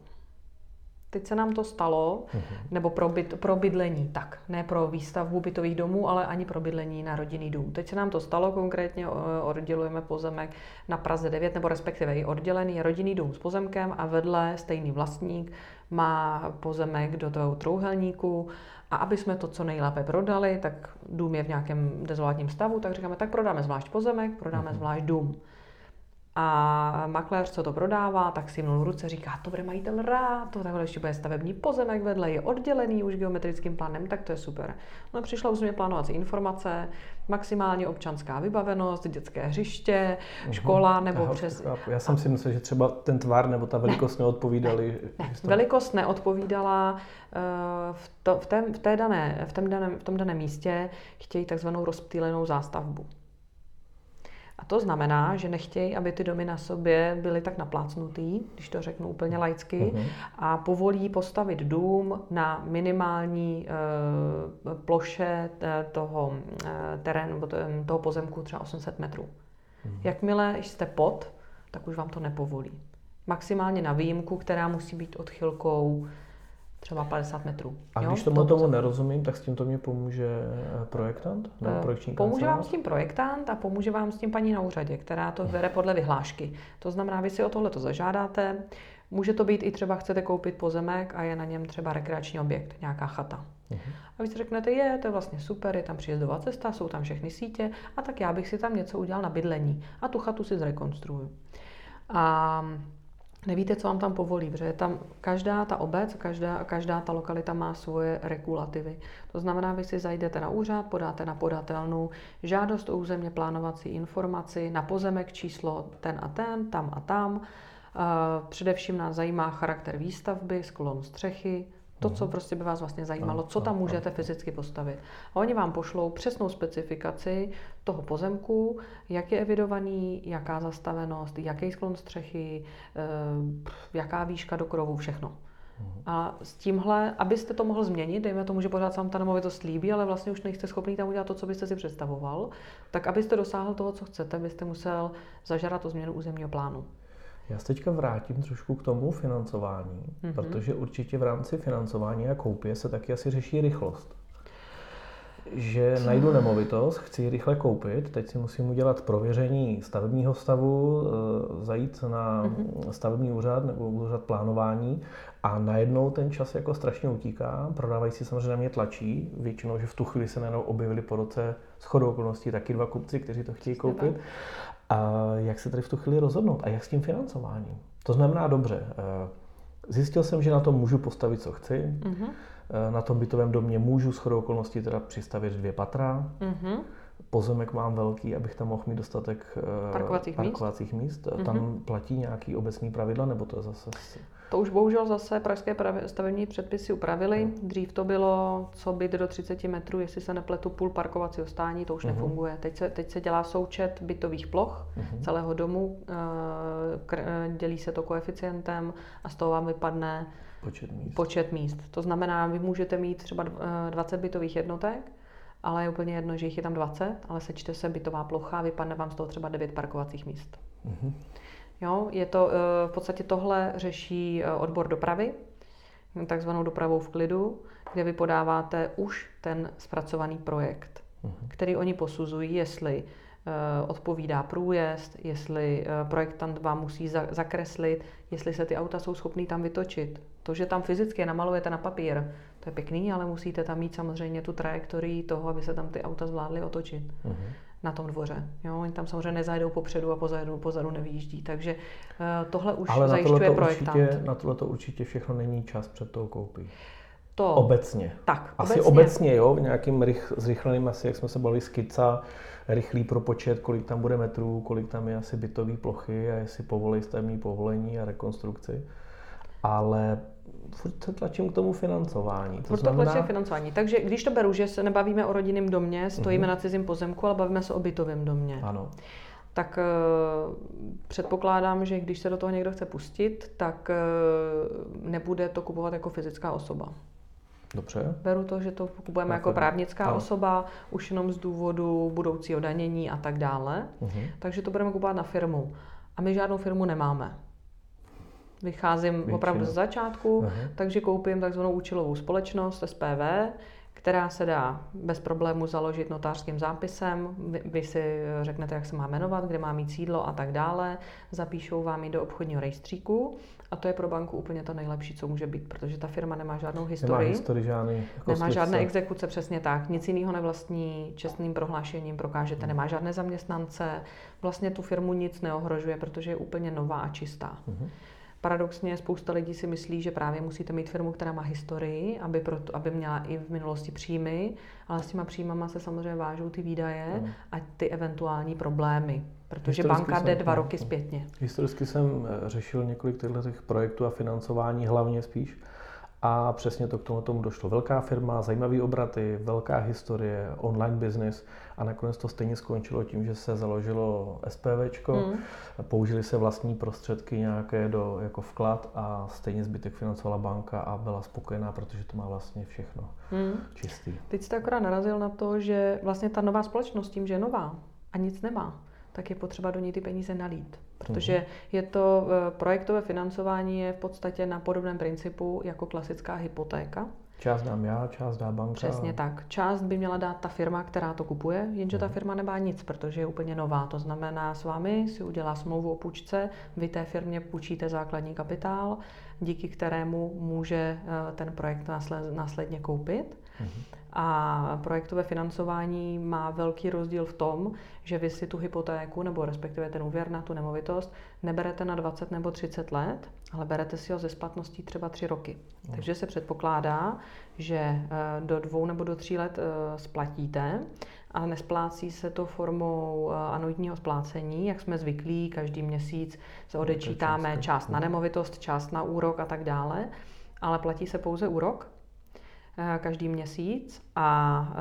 Teď se nám to stalo, uh-huh. nebo pro, byt, pro bydlení, tak, ne pro výstavbu bytových domů, ale ani pro bydlení na rodinný dům. Teď se nám to stalo, konkrétně oddělujeme pozemek na Praze devět, nebo respektive i oddělený rodinný dům s pozemkem a vedle stejný vlastník má pozemek do toho trojúhelníku a aby jsme to co nejlépe prodali, tak dům je v nějakém dezolátním stavu, tak říkáme, tak prodáme zvlášť pozemek, prodáme uh-huh. zvlášť dům. A makléř, co to prodává, tak si mnou v ruce říká, to bude majitel rád, to takhle ještě bude stavební pozemek vedle, je oddělený už geometrickým plánem, tak to je super. No přišla územně plánovací informace, maximálně občanská vybavenost, dětské hřiště, uhum. škola nebo Aha, přes... Já jsem si myslel, že třeba ten tvar nebo ta velikost ne. neodpovídaly. Ne, to... velikost neodpovídala, v, to, v, té, v, té dané, v, tom daném, v tom daném místě chtějí takzvanou rozptýlenou zástavbu. A to znamená, že nechtějí, aby ty domy na sobě byly tak naplácnutý, když to řeknu úplně laicky, uh-huh. a povolí postavit dům na minimální uh, ploše toho uh, terénu, toho pozemku třeba osm set metrů. Uh-huh. Jakmile jste pod, tak už vám to nepovolí. Maximálně na výjimku, která musí být odchylkou třeba padesát metrů. A jo? Když tomu tomu nerozumím, tak s tím to mě pomůže projektant? Nebo projekční pomůže vám s tím projektant a pomůže vám s tím paní na úřadě, která to vede podle vyhlášky. To znamená, vy si o tohle to zažádáte. Může to být i třeba chcete koupit pozemek a je na něm třeba rekreační objekt, nějaká chata. Uh-huh. A vy si řeknete, je, to je vlastně super, je tam příjezdová cesta, jsou tam všechny sítě a tak já bych si tam něco udělal na bydlení a tu chatu si zrekonstruuju. A nevíte, co vám tam povolí, protože tam každá ta obec, každá, každá ta lokalita má svoje regulativy. To znamená, vy si zajdete na úřad, podáte na podatelnu žádost o územně plánovací informaci na pozemek číslo ten a ten, tam a tam. Především nás zajímá charakter výstavby, sklon střechy, To, co prostě by vás vlastně zajímalo, co tam můžete fyzicky postavit. A oni vám pošlou přesnou specifikaci toho pozemku, jak je evidovaný, jaká zastavenost, jaký sklon střechy, jaká výška do krovu, všechno. A s tímhle, abyste to mohl změnit, dejme tomu, že pořád se vám ta nemovitost líbí, ale vlastně už nejste schopný tam udělat to, co byste si představoval, tak abyste dosáhl toho, co chcete, byste musel zažádat o změnu územního plánu. Já se teďka vrátím trošku k tomu financování, mm-hmm. protože určitě v rámci financování a koupě se taky asi řeší rychlost. Že najdu nemovitost, chci ji rychle koupit, teď si musím udělat prověření stavebního stavu, zajít na mm-hmm. stavební úřad nebo úřad plánování a najednou ten čas jako strašně utíká. Prodávající samozřejmě na mě tlačí, většinou, že v tu chvíli se najednou objevili po roce shodou okolností taky dva kupci, kteří to chtějí koupit. A jak se tady v tu chvíli rozhodnout a jak s tím financováním? To znamená dobře, zjistil jsem, že na tom můžu postavit, co chci. Mm-hmm. Na tom bytovém domě můžu shodou okolností teda přistavět dvě patra. Mm-hmm. Pozemek mám velký, abych tam mohl mít dostatek parkovacích, parkovacích míst. míst. Tam mm-hmm. platí nějaký obecný pravidla, nebo to je zase... To už bohužel zase pražské stavební předpisy upravily. No. Dřív to bylo, co byt do třicet metrů, jestli se nepletu, půl parkovacího stání, to už uh-huh. nefunguje. Teď se, teď se dělá součet bytových ploch uh-huh. celého domu, dělí se to koeficientem a z toho vám vypadne počet míst. počet míst. To znamená, vy můžete mít třeba dvacet bytových jednotek, ale je úplně jedno, že jich je tam dvacet, ale sečte se bytová plocha a vypadne vám z toho třeba devět parkovacích míst. Uh-huh. Jo, je to, v podstatě tohle řeší odbor dopravy, takzvanou dopravou v klidu, kde vy podáváte už ten zpracovaný projekt, uh-huh. který oni posuzují, jestli odpovídá průjezd, jestli projektant vám musí zakreslit, jestli se ty auta jsou schopný tam vytočit. To, že tam fyzicky namalujete na papír, to je pěkný, ale musíte tam mít samozřejmě tu trajektorii toho, aby se tam ty auta zvládly otočit. Uh-huh. Na tom dvoře. Jo, oni tam samozřejmě nezajdou popředu a pozadu, pozadu nevyjíždí. Takže uh, tohle už ale zajišťuje projektant. Určitě, na tohle to určitě všechno není čas před tou koupí. To, obecně. Tak, asi obecně, obecně jo, v nějakým rych, zrychleným asi, jak jsme se bavili, skica, rychlý propočet, kolik tam bude metrů, kolik tam je asi bytové plochy a jestli povolí stavební povolení a rekonstrukci. Ale furt se tlačím k tomu financování. To furt znamená... tlačím financování. Takže když to beru, že se nebavíme o rodinném domě, stojíme uh-huh. na cizím pozemku, ale bavíme se o bytovém domě. Ano. Tak uh, předpokládám, že když se do toho někdo chce pustit, tak uh, nebude to kupovat jako fyzická osoba. Dobře. Beru to, že to kupujeme jako právnická ano. osoba, už jenom z důvodu budoucího danění a tak dále. Uh-huh. Takže to budeme kupovat na firmu. A my žádnou firmu nemáme. Vycházím Většina. opravdu z začátku, uh-huh. takže koupím takzvanou účelovou společnost S P V, která se dá bez problému založit notářským zápisem. Vy, vy si řeknete, jak se má jmenovat, kde má mít sídlo a tak dále. Zapíšou vám ji do obchodního rejstříku a to je pro banku úplně to nejlepší, co může být, protože ta firma nemá žádnou historii. Nemá historii žádný. Nemá žádné exekuce, přesně tak. Nic jiného nevlastní, čestným prohlášením prokážete, nemá žádné zaměstnance. Vlastně tu firmu nic neohrožuje, protože je úplně nová a čistá. Uh-huh. Paradoxně spousta lidí si myslí, že právě musíte mít firmu, která má historii, aby, proto, aby měla i v minulosti příjmy, ale s těma příjmama se samozřejmě vážou ty výdaje no. a ty eventuální problémy, protože historicky banka jde dva roky zpětně. Historicky jsem řešil několik těchto projektů a financování hlavně spíš a přesně to k tomu, tomu došlo. Velká firma, zajímavý obraty, velká historie, online business a nakonec to stejně skončilo tím, že se založilo SPVčko, mm. použili se vlastní prostředky nějaké do, jako vklad a stejně zbytek financovala banka a byla spokojená, protože to má vlastně všechno mm. čistý. Teď jste akorát narazil na to, že vlastně ta nová společnost tím, že je nová a nic nemá, tak je potřeba do ní ty peníze nalít. Protože je to projektové financování je v podstatě na podobném principu jako klasická hypotéka. Část dám já, část dá banka. Přesně tak. Část by měla dát ta firma, která to kupuje, jenže ta firma nemá nic, protože je úplně nová. To znamená, s vámi si udělá smlouvu o půjčce, vy té firmě půjčíte základní kapitál, díky kterému může ten projekt následně koupit. Mhm. A projektové financování má velký rozdíl v tom, že vy si tu hypotéku nebo respektive ten úvěr na tu nemovitost neberete na dvacet nebo třicet let, ale berete si ho ze splatností třeba tři roky. No. Takže se předpokládá, že do dvou nebo do tří let splatíte a nesplácí se to formou anuitního splácení, jak jsme zvyklí, každý měsíc se odečítáme část na nemovitost, část na úrok a tak dále. ale platí se pouze úrok každý měsíc a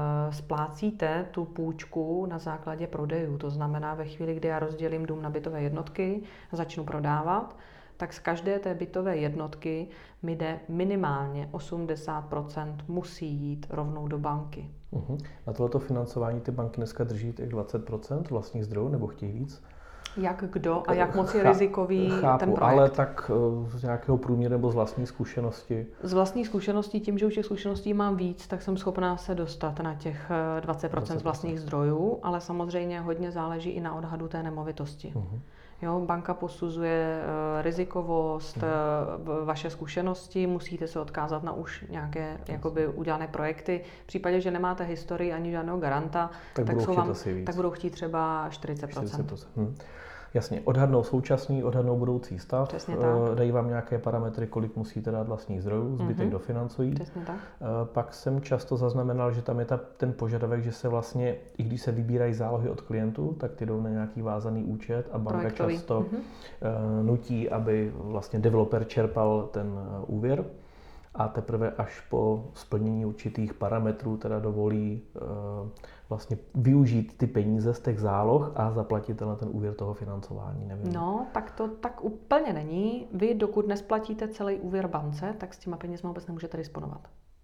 splácíte tu půjčku na základě prodejů. To znamená, ve chvíli, kdy já rozdělím dům na bytové jednotky a začnu prodávat, tak z každé té bytové jednotky mi jde minimálně osmdesát procent musí jít rovnou do banky. Uh-huh. Na tohleto financování ty banky dneska drží těch dvacet procent vlastních zdrojů nebo chtějí víc? Jak kdo a jak moc je rizikový Chápu, ten projekt. Ale tak z nějakého průměru nebo z vlastní zkušenosti? Z vlastní zkušeností, tím, že už těch zkušeností mám víc, tak jsem schopná se dostat na těch dvacet procent z vlastních zdrojů, ale samozřejmě hodně záleží i na odhadu té nemovitosti. Uh-huh. Jo, banka posuzuje uh, rizikovost, uh, vaše zkušenosti, musíte se odkázat na už nějaké jakoby udělané projekty. V případě, že nemáte historii ani žádného garanta, tak, tak, budou, jsou vám, chtít tak budou chtít třeba čtyřicet procent. čtyřicet procent. Hm. Jasně, odhadnou současný, odhadnou budoucí stav, Přesně tak. Dají vám nějaké parametry, kolik musíte dát vlastních zdrojů, zbytek mm-hmm. dofinancují. Přesně tak. Pak jsem často zaznamenal, že tam je ta, ten požadavek, že se vlastně, i když se vybírají zálohy od klientů, tak ty jdou na nějaký vázaný účet a banka Projektový. často mm-hmm. nutí, aby vlastně developer čerpal ten úvěr a teprve až po splnění určitých parametrů teda dovolí vlastně využít ty peníze z těch záloh a zaplatit na ten úvěr toho financování, nevím. No, tak to tak úplně není. Vy, dokud nesplatíte celý úvěr bance, tak s těma penězma vůbec nemůžete disponovat.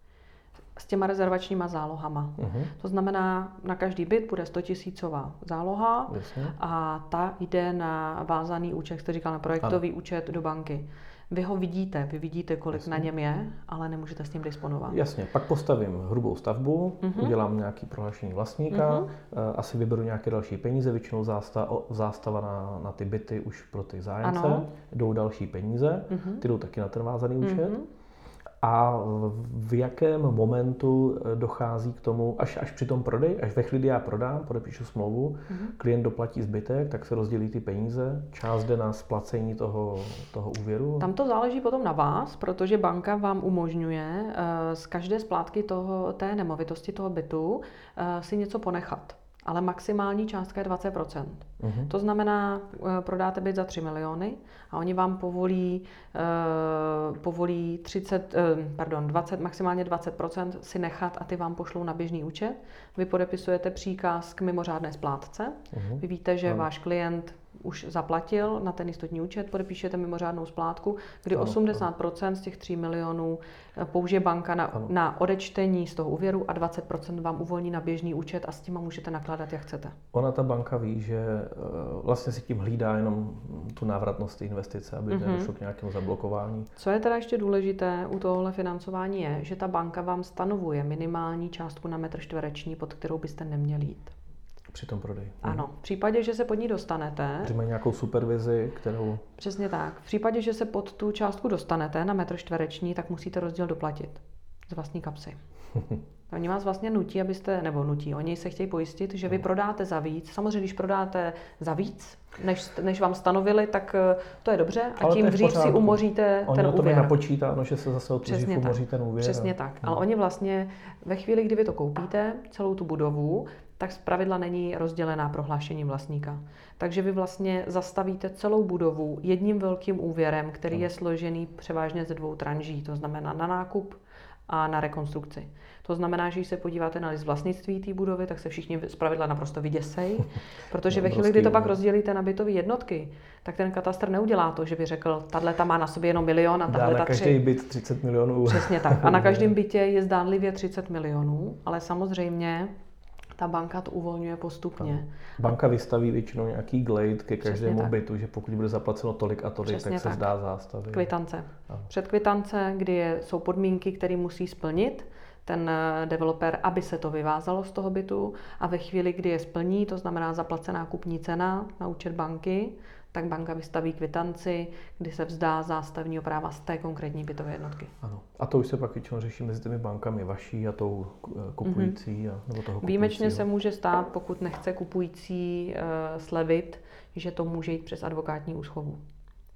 S těma rezervačníma zálohama. Uh-huh. To znamená, na každý byt bude sto tisícová záloha. Jasně. A ta jde na vázaný účet, jste říkal, na projektový ano. účet do banky. Vy ho vidíte, vy vidíte, kolik Jasně. na něm je, ale nemůžete s ním disponovat. Jasně, pak postavím hrubou stavbu, uh-huh. udělám nějaký prohlášení vlastníka, uh-huh. asi vyberu nějaké další peníze, většinou zástava, zástava na, na ty byty už pro ty zájemce, ano. jdou další peníze, uh-huh. ty jdou taky na ten vázaný účet. Uh-huh. A v jakém momentu dochází k tomu, až, až při tom prodeji, až ve chvíli, kdy já prodám, podepíšu smlouvu, mm-hmm. klient doplatí zbytek, tak se rozdělí ty peníze, část jde na splacení toho, toho úvěru? Tam to záleží potom na vás, protože banka vám umožňuje uh, z každé splátky toho, té nemovitosti, toho bytu, uh, si něco ponechat. Ale maximální částka je dvacet procent. Uh-huh. To znamená, prodáte byt za tři miliony a oni vám povolí, uh, povolí třicet, uh, pardon, dvacet, maximálně dvacet procent si nechat a ty vám pošlou na běžný účet. Vy podepisujete příkaz k mimořádné splátce. Uh-huh. Vy víte, že uh-huh. váš klient už zaplatil na ten jistotní účet, podepíšete mimořádnou splátku, kdy ano, osmdesát procent ano. z těch tří milionů použije banka na, na odečtení z toho úvěru a dvacet procent vám uvolní na běžný účet a s tím můžete nakládat, jak chcete. Ona, ta banka ví, že vlastně si tím hlídá jenom tu návratnost té investice, aby mm-hmm. nedošlo k nějakému zablokování. Co je teda ještě důležité u tohohle financování je, že ta banka vám stanovuje minimální částku na metr čtvereční, pod kterou byste neměli jít. Při tom prodeji. Ano, v případě, že se pod ní dostanete. Že mají nějakou supervizi, kterou... Přesně tak. V případě, že se pod tu částku dostanete na metr čtvereční, tak musíte rozdíl doplatit z vlastní kapsy. Oni vás vlastně nutí, abyste, nebo nutí, oni se chtějí pojistit, že vy prodáte za víc. Samozřejmě, když prodáte za víc, než, než vám stanovili, tak to je dobře a ale tím dřív si umoříte oni ten úvěr. Oni to napočítáno, že se zase dřív umoří ten úvěr. Přesně a... tak. Ale oni vlastně ve chvíli, kdy vy to koupíte, celou tu budovu, tak zpravidla není rozdělená prohlášením vlastníka. Takže vy vlastně zastavíte celou budovu jedním velkým úvěrem, který je složený převážně ze dvou tranží, to znamená na nákup a na rekonstrukci. To znamená, že když se podíváte na list vlastnictví té budovy, tak se všichni zpravidla naprosto vyděsejí, protože ve chvíli, kdy to pak rozdělíte na bytové jednotky, tak ten katastr neudělá to, že by řekl, tato má na sobě jenom milion a tahle ta tři. Dá na každý byt třicet milionů. Přesně tak. A na každém bytě je zdánlivě třicet milionů, ale samozřejmě ta banka to uvolňuje postupně. Ano. Banka vystaví většinou nějaký glade ke každému bytu, že pokud bude zaplaceno tolik a tolik, Přesně tak se tak. zdá zástavy. Kvitance. Ano. Předkvitance, kdy je, jsou podmínky, které musí splnit ten developer, aby se to vyvázalo z toho bytu a ve chvíli, kdy je splní, to znamená zaplacená kupní cena na účet banky, tak banka vystaví kvitanci, kdy se vzdá zástavního práva z té konkrétní bytové jednotky. Ano. A to už se pak většinou řeší mezi těmi bankami vaší a tou kupující mm-hmm. a, nebo toho kupujícího. Výjimečně se může stát, pokud nechce kupující uh, slevit, že to může jít přes advokátní úschovu.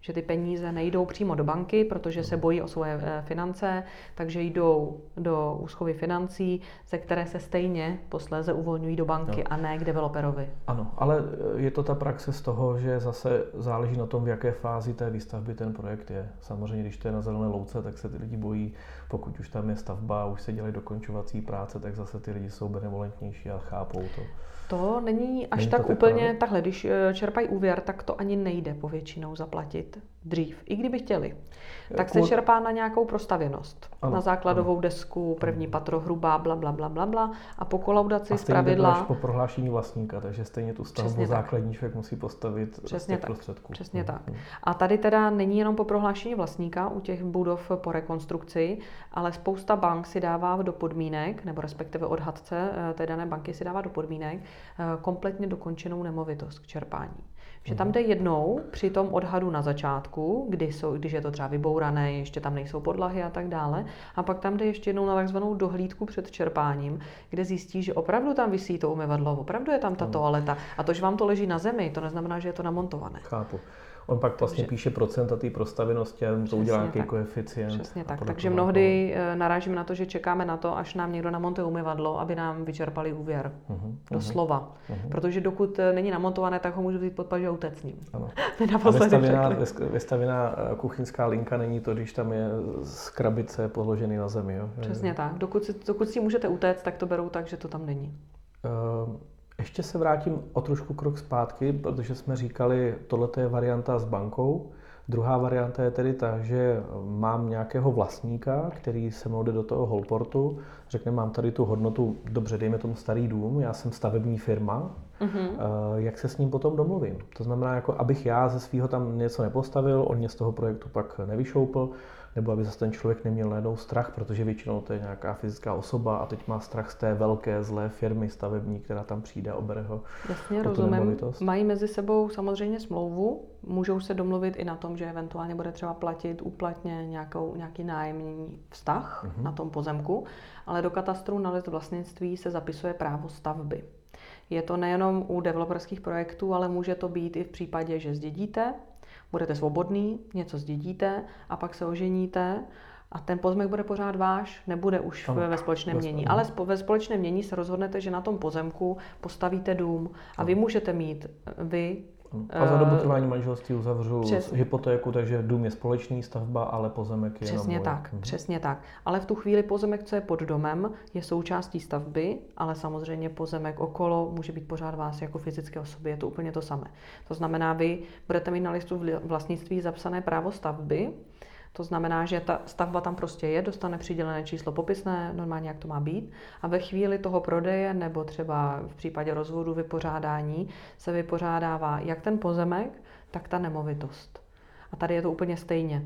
že ty peníze nejdou přímo do banky, protože se bojí o svoje finance, takže jdou do úschovy financí, ze které se stejně posléze uvolňují do banky, no. a ne k developerovi. Ano, ale je to ta praxe z toho, že zase záleží na tom, v jaké fázi té výstavby ten projekt je. Samozřejmě, když to je na zelené louce, tak se ty lidi bojí, pokud už tam je stavba, už se dělají dokončovací práce, tak zase ty lidi jsou benevolentnější a chápou to. To není až není tak to úplně takhle. takhle. Když čerpají úvěr, tak to ani nejde povětšinou zaplatit dřív. I kdyby chtěli. Tak se čerpá na nějakou prostavěnost. Ano, na základovou ano. desku, první patro hrubá, bla, bla, bla, bla, bla. A po kolaudaci zpravidla... A po prohlášení vlastníka, takže stejně tu stavbu základní člověk musí postavit Přesně z těch tak. prostředků. Přesně hmm. tak. A tady teda není jenom po prohlášení vlastníka u těch budov po rekonstrukci, ale spousta bank si dává do podmínek, nebo respektive odhadce té dané banky si dává do podmínek kompletně dokončenou nemovitost k čerpání. Že tam jde jednou při tom odhadu na začátku, kdy jsou, když je to třeba vybourané, ještě tam nejsou podlahy a tak dále, a pak tam jde ještě jednou na takzvanou dohlídku před čerpáním, kde zjistí, že opravdu tam visí to umyvadlo, opravdu je tam ta toaleta. A to, že vám to leží na zemi, to neznamená, že je to namontované. Chápu. On pak vlastně Takže, píše procenta té prostavenosti a to udělá nějaký tak, koeficient. Přesně tak. Takže mnohdy narážíme na to, že čekáme na to, až nám někdo namontuje umyvadlo, aby nám vyčerpali úvěr. Uh-huh, Doslova. Uh-huh. Protože dokud není namontované, tak ho můžu vzít pod paži a utéct s ním. Ano. A vystavěná, vystavěná kuchyňská linka není to, když tam je z krabice položený na zemi. Jo? Přesně tak. Dokud si, dokud si můžete utéct, tak to berou tak, že to tam není. Uh, Ještě se vrátím o trošku krok zpátky, protože jsme říkali, tohle je varianta s bankou. Druhá varianta je tedy ta, že mám nějakého vlastníka, který se mnou jde do toho holportu, řekne, mám tady tu hodnotu, dobře, dejme tomu starý dům, já jsem stavební firma, mm-hmm. jak se s ním potom domluvím? To znamená, jako abych já ze svého tam něco nepostavil, on mě z toho projektu pak nevyšoupl, nebo aby zase ten člověk neměl najednou strach, protože většinou to je nějaká fyzická osoba a teď má strach z té velké zlé firmy stavební, která tam přijde a obere ho. Jasně, rozumím. Mají mezi sebou samozřejmě smlouvu, můžou se domluvit i na tom, že eventuálně bude třeba platit úplatně nějakou, nějaký nájemní vztah mm-hmm. na tom pozemku, ale do katastru na list vlastnictví se zapisuje právo stavby. Je to nejenom u developerských projektů, ale může to být i v případě, že zdědíte, budete svobodný, něco zdědíte a pak se oženíte a ten pozemek bude pořád váš, nebude už ano, ve společném mění. Ale ve společném mění se rozhodnete, že na tom pozemku postavíte dům a vy můžete mít, vy... A za dobu trvání manželství uzavřu Přes... hypotéku, takže dům je společný, stavba, ale pozemek je Přesně jenom tak, mhm. přesně tak. Ale v tu chvíli pozemek, co je pod domem, je součástí stavby, ale samozřejmě pozemek okolo může být pořád vás jako fyzické osoby, je to úplně to samé. To znamená, vy budete mít na listu vlastnictví zapsané právo stavby, to znamená, že ta stavba tam prostě je, dostane přidělené číslo popisné, normálně jak to má být. A ve chvíli toho prodeje nebo třeba v případě rozvodu vypořádání se vypořádává jak ten pozemek, tak ta nemovitost. A tady je to úplně stejně.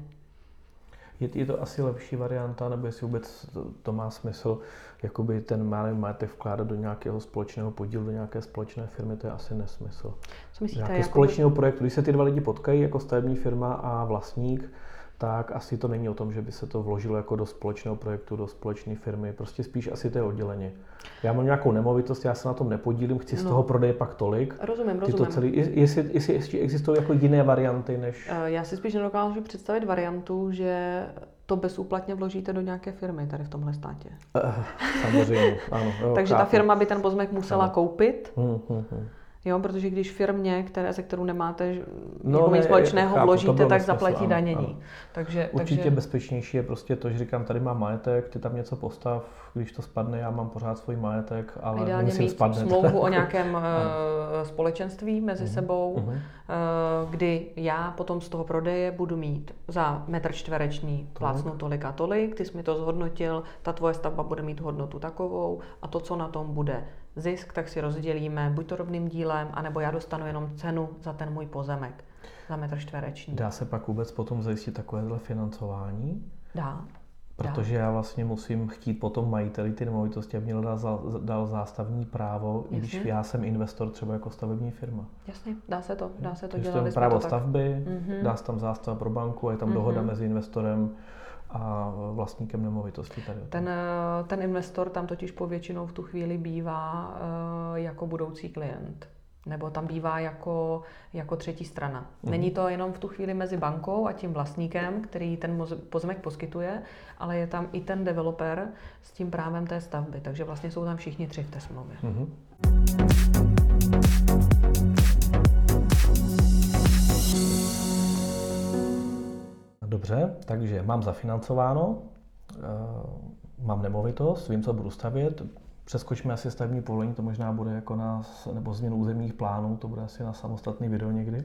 Je, je to asi lepší varianta, nebo jestli vůbec to, to má smysl, jakoby ten majetek vkládat do nějakého společného podílu, do nějaké společné firmy, to je asi nesmysl. Co myslíte? Nějakého jakoby... společného projektu, když se ty dva lidi potkají jako stavební firma a vlastník, tak asi to není o tom, že by se to vložilo jako do společného projektu, do společné firmy, prostě spíš asi to je odděleně. Já mám nějakou nemovitost, já se na tom nepodílím, chci z no. toho prodeje pak tolik. Rozumím, rozumím. To celý, jestli, jestli ještě existují jako jiné varianty, než... Já si spíš nedokážu představit variantu, že to bezúplatně vložíte do nějaké firmy tady v tomhle státě. Uh, samozřejmě, ano. Jo, Takže chápu. Ta firma by ten pozemek musela ano. koupit. Hmm, hmm, hmm. Jo, protože když firmě, které, se kterou nemáte no, jako ne, společného chápu, vložíte, tak nesmysl, zaplatí ano, danění. Ano. Takže, Určitě takže... bezpečnější je prostě to, že říkám, tady mám majetek, ty tam něco postav, když to spadne, já mám pořád svůj majetek, ale ideálně nemusím mít spadne. smlouvu o nějakém uh, společenství mezi uh-huh. sebou, uh-huh. Uh, kdy já potom z toho prodeje budu mít za metr čtvereční plácnu tolik a tolik, ty jsi mi to zhodnotil, ta tvoje stavba bude mít hodnotu takovou a to, co na tom bude zisk, tak si rozdělíme buď to rovným dílem, anebo já dostanu jenom cenu za ten můj pozemek, za metr čtvereční. Dá se pak vůbec potom zajistit takovéhle financování? Dá. Protože já vlastně musím chtít potom majiteli ty nemovitosti, aby měl dal, dal zástavní právo, i když já jsem investor třeba jako stavební firma. Jasně, dá se to, dá se to dělat. dělat. Právo to stavby, mm-hmm. dá se tam zástava pro banku a je tam mm-hmm. dohoda mezi investorem a vlastníkem nemovitosti tady. Ten, ten investor tam totiž povětšinou v tu chvíli bývá uh, jako budoucí klient. nebo tam bývá jako, jako třetí strana. Mhm. Není to jenom v tu chvíli mezi bankou a tím vlastníkem, který ten pozemek poskytuje, ale je tam i ten developer s tím právem té stavby. Takže vlastně jsou tam všichni tři v té smlouvě. Mhm. Dobře, takže mám zafinancováno, mám nemovitost, vím, co budu stavět. Přeskočíme asi stavební povolení, to možná bude jako na, nebo změnu územních plánů, to bude asi na samostatný video někdy.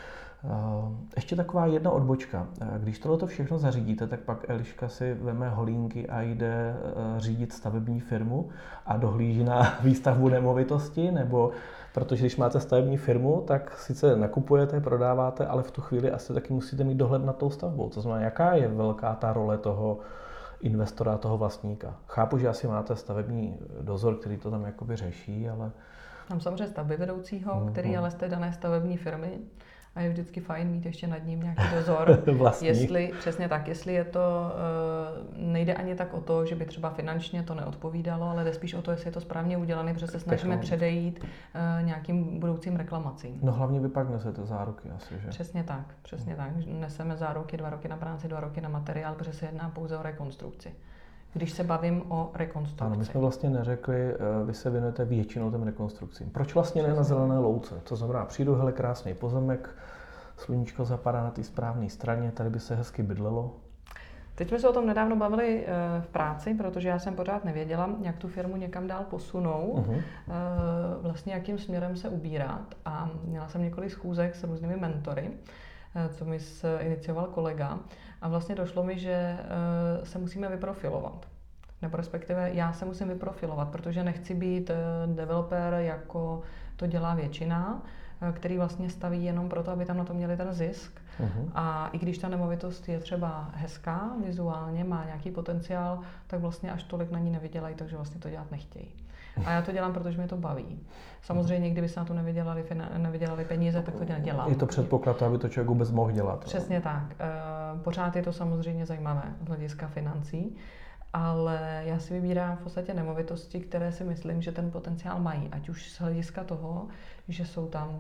Ještě taková jedna odbočka. Když tohleto všechno zařídíte, tak pak Eliška si veme holínky a jde řídit stavební firmu a dohlíží na výstavbu nemovitosti, nebo protože když máte stavební firmu, tak sice nakupujete, prodáváte, ale v tu chvíli asi taky musíte mít dohled nad tou stavbou. To znamená, jaká je velká ta role toho investora, toho vlastníka. Chápu, že asi máte stavební dozor, který to tam jakoby řeší, ale... Mám samozřejmě stavbyvedoucího, mm, který mm. ale z té dané stavební firmy a je vždycky fajn mít ještě nad ním nějaký dozor. Jestli, přesně tak, jestli je to, nejde ani tak o to, že by třeba finančně to neodpovídalo, ale jde spíš o to, jestli je to správně udělané, protože se snažíme předejít nějakým budoucím reklamacím. No hlavně vy pak nesete záruky asi, že? Přesně tak, přesně tak. Neseme záruky dva roky na práci, dva roky na materiál, protože se jedná pouze o rekonstrukci. Když se bavím o rekonstrukci. Ano, my jsme vlastně neřekli, vy se věnujete většinou těm rekonstrukcím. Proč vlastně ne na zelené louce? To znamená, přijdu, hele, krásný pozemek, sluníčko zapadá na té správné straně, tady by se hezky bydlelo. Teď jsme se o tom nedávno bavili v práci, protože já jsem pořád nevěděla, jak tu firmu někam dál posunout, uh-huh. vlastně jakým směrem se ubírat. A měla jsem několik schůzek s různými mentory, co mi inicioval kolega. A vlastně došlo mi, že se musíme vyprofilovat. Nebo respektive já se musím vyprofilovat, protože nechci být developer, jako to dělá většina, který vlastně staví jenom proto, aby tam na to měli ten zisk. Uh-huh. A i když ta nemovitost je třeba hezká, vizuálně, má nějaký potenciál, tak vlastně až tolik na ní nevydělají, takže vlastně to dělat nechtějí. A já to dělám, protože mě to baví. Samozřejmě, kdyby se na to nevydělali, nevydělali peníze, tak to nedělám. Je to předpoklad, aby to člověk vůbec mohl dělat. Přesně tak. Pořád je to samozřejmě zajímavé z hlediska financí, ale já si vybírám v podstatě nemovitosti, které si myslím, že ten potenciál mají. Ať už z hlediska toho, že jsou tam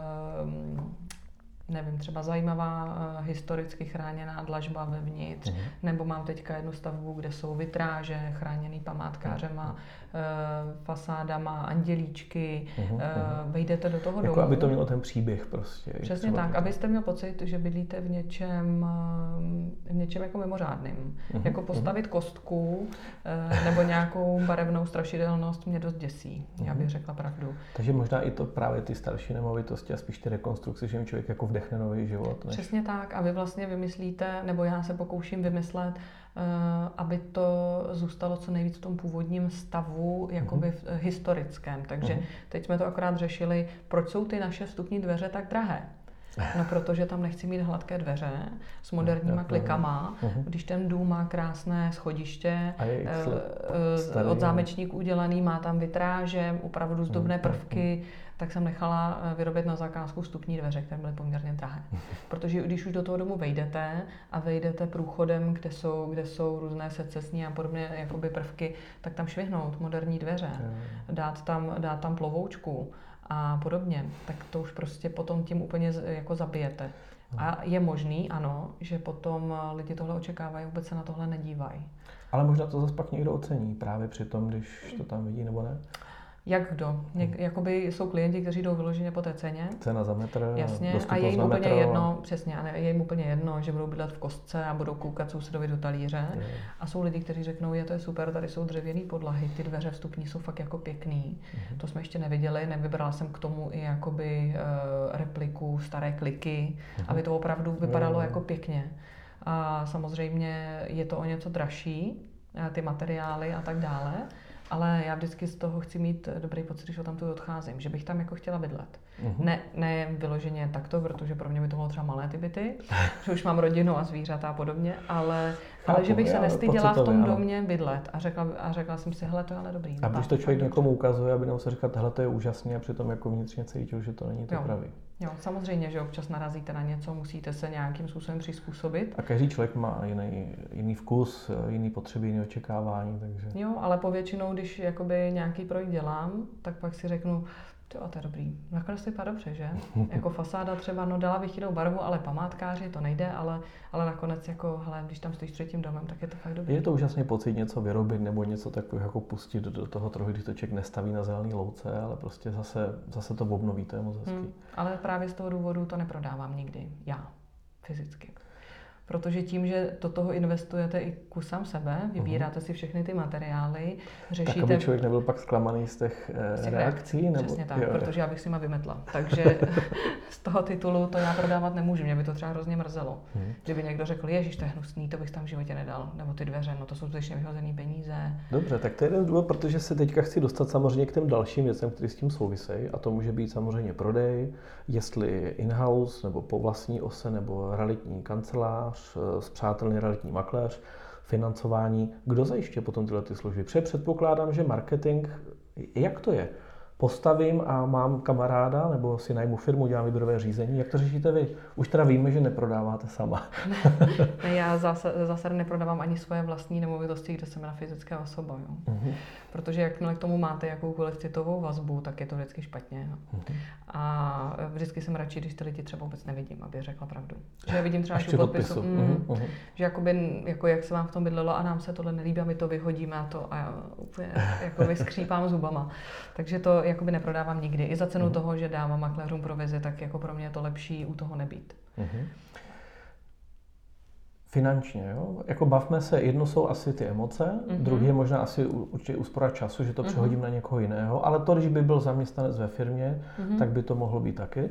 nevím, třeba zajímavá uh, historicky chráněná dlažba vevnitř, uh-huh. nebo mám teďka jednu stavbu, kde jsou vitráže chráněný památkářema, uh, fasádama, andělíčky, uh-huh. uh, vejdete do toho jako domu. Aby to mělo ten příběh prostě. Přesně tak, to... abyste měl pocit, že bydlíte v něčem, v něčem jako mimořádným. Uh-huh. Jako postavit uh-huh. kostku uh, nebo nějakou barevnou strašidelnost mě dost děsí, uh-huh. já bych řekla pravdu. Takže možná i to právě ty starší nemovitosti a spíš ty rekonstrukce, že mi člověk jako vdechne nový život. Než... Přesně tak. A vy vlastně vymyslíte, nebo já se pokouším vymyslet, aby to zůstalo co nejvíc v tom původním stavu, jakoby v historickém. Takže teď jsme to akorát řešili, proč jsou ty naše vstupní dveře tak drahé. No, protože tam nechci mít hladké dveře s moderníma klikama, když ten dům má krásné schodiště, od zámečníků udělaný, má tam vitráže, opravdu zdobné prvky, tak jsem nechala vyrobit na zakázku vstupní dveře, které byly poměrně drahé. Protože když už do toho domu vejdete a vejdete průchodem, kde jsou, kde jsou různé secesní a podobné jakoby prvky, tak tam švihnout moderní dveře, dát tam, dát tam plovoučku a podobně, tak to už prostě potom tím úplně jako zabijete. A je možný, ano, že potom lidi tohle očekávají, vůbec se na tohle nedívají. Ale možná to zase pak někdo ocení právě při tom, když to tam vidí, nebo ne? Jak kdo? Něk, jakoby jsou klienti, kteří jdou vyloženě po té ceně. Cena za metr. Jasně, a je jim úplně jedno, přesně, a je jim úplně jedno, že budou bydlet v kostce a budou koukat sousedovi do talíře. Je. A jsou lidi, kteří řeknou, je to je super, tady jsou dřevěné podlahy, ty dveře vstupní jsou fakt jako pěkný. Uh-huh. To jsme ještě neviděli, nevybrala jsem k tomu i jakoby uh, repliku, staré kliky, uh-huh. aby to opravdu vypadalo uh-huh. jako pěkně. A samozřejmě je to o něco dražší, ty materiály a tak dále. Ale já vždycky z toho chci mít dobrý pocit, když tam tu odcházím, že bych tam jako chtěla bydlet. Uh-huh. Ne, ne vyloženě takto, protože pro mě by to bylo třeba malé ty byty, že už mám rodinu a zvířata a podobně, ale, Chápu, ale že bych se nestyděla v tom domě bydlet a řekla, a řekla jsem si, hele, to je ale dobrý. A když to člověk někomu ukazuje, aby nemusel říkat, hele, to je úžasně, a přitom jako vnitřně cítil, že to není to pravý. Jo, samozřejmě, že občas narazíte na něco, musíte se nějakým způsobem přizpůsobit. A každý člověk má jiný, jiný vkus, jiný potřeby, jiné očekávání, takže... Jo, ale povětšinou, když jakoby nějaký projekt dělám, tak pak si řeknu, Jo, to je dobrý. Nakonec to vypadá dobře, že? Jako fasáda třeba, no dala bych jinou barvu, ale památkáři, to nejde, ale, ale nakonec jako, hele, když tam stojíš před tím domem, tak je to fakt dobrý. Je to úžasný pocit něco vyrobit nebo něco takového jako pustit do toho trochu, když to člověk nestaví na zelený louce, ale prostě zase, zase to obnoví, to je moc hezký. Hmm, ale právě z toho důvodu to neprodávám nikdy, já, fyzicky. Protože tím, že do toho investujete i kus sám sebe, vybíráte si všechny ty materiály, řešíte... Tak aby člověk nebyl pak zklamaný z těch, z těch reakcí? reakcí. Nebo... Přesně tak, jo, protože já bych si ma vymetla. Takže z toho titulu to já prodávat nemůžu, mě by to třeba hrozně mrzelo. Hmm. Kdyby někdo řekl, ježiš, to je hnusný, to bych tam v životě nedal, nebo ty dveře, no to jsou skutečně vyhozený peníze. Dobře, tak to je jeden důvod, protože se teďka chci dostat samozřejmě k těm dalším věcem, které s tím souvisejí, a to může být samozřejmě prodej, jestli in-house, nebo po vlastní ose, nebo realitní kancelář, spřátelný realitní makléř, financování. Kdo zajišťuje potom tyhle ty služby? Protože předpokládám, že marketing, jak to je? Postavím a mám kamaráda, nebo si najmu firmu, dělám výběrové řízení. Jak to řešíte vy? Už teda víme, že neprodáváte sama. Ne, já zase, zase neprodávám ani svoje vlastní nemovitosti, kde jsem na fyzická osoba. Jo. Uh-huh. Protože jakmile k tomu máte jakoukoliv citovou vazbu, tak je to vždycky špatně. No. Uh-huh. A vždycky jsem radši, když ty lidi třeba vůbec nevidím, aby řekla pravdu. Že já vidím třeba až u podpisu. Mm, uh-huh. Že jakoby, jako jak se vám v tom bydlelo a nám se tohle nelíbí a my to vyhodíme a to a já úplně jako vyskřípám zubama. Takže to jakoby neprodávám nikdy. I za cenu uh-huh. toho, že dávám makléřům provizi, tak jako pro mě je to lepší u toho nebýt. Uh-huh. Finančně, jo? Jako bavme se, jedno jsou asi ty emoce, uh-huh. druhý je možná asi určitě úspora času, že to uh-huh. přehodím na někoho jiného, ale to, když by byl zaměstnanec ve firmě, uh-huh. tak by to mohlo být taky.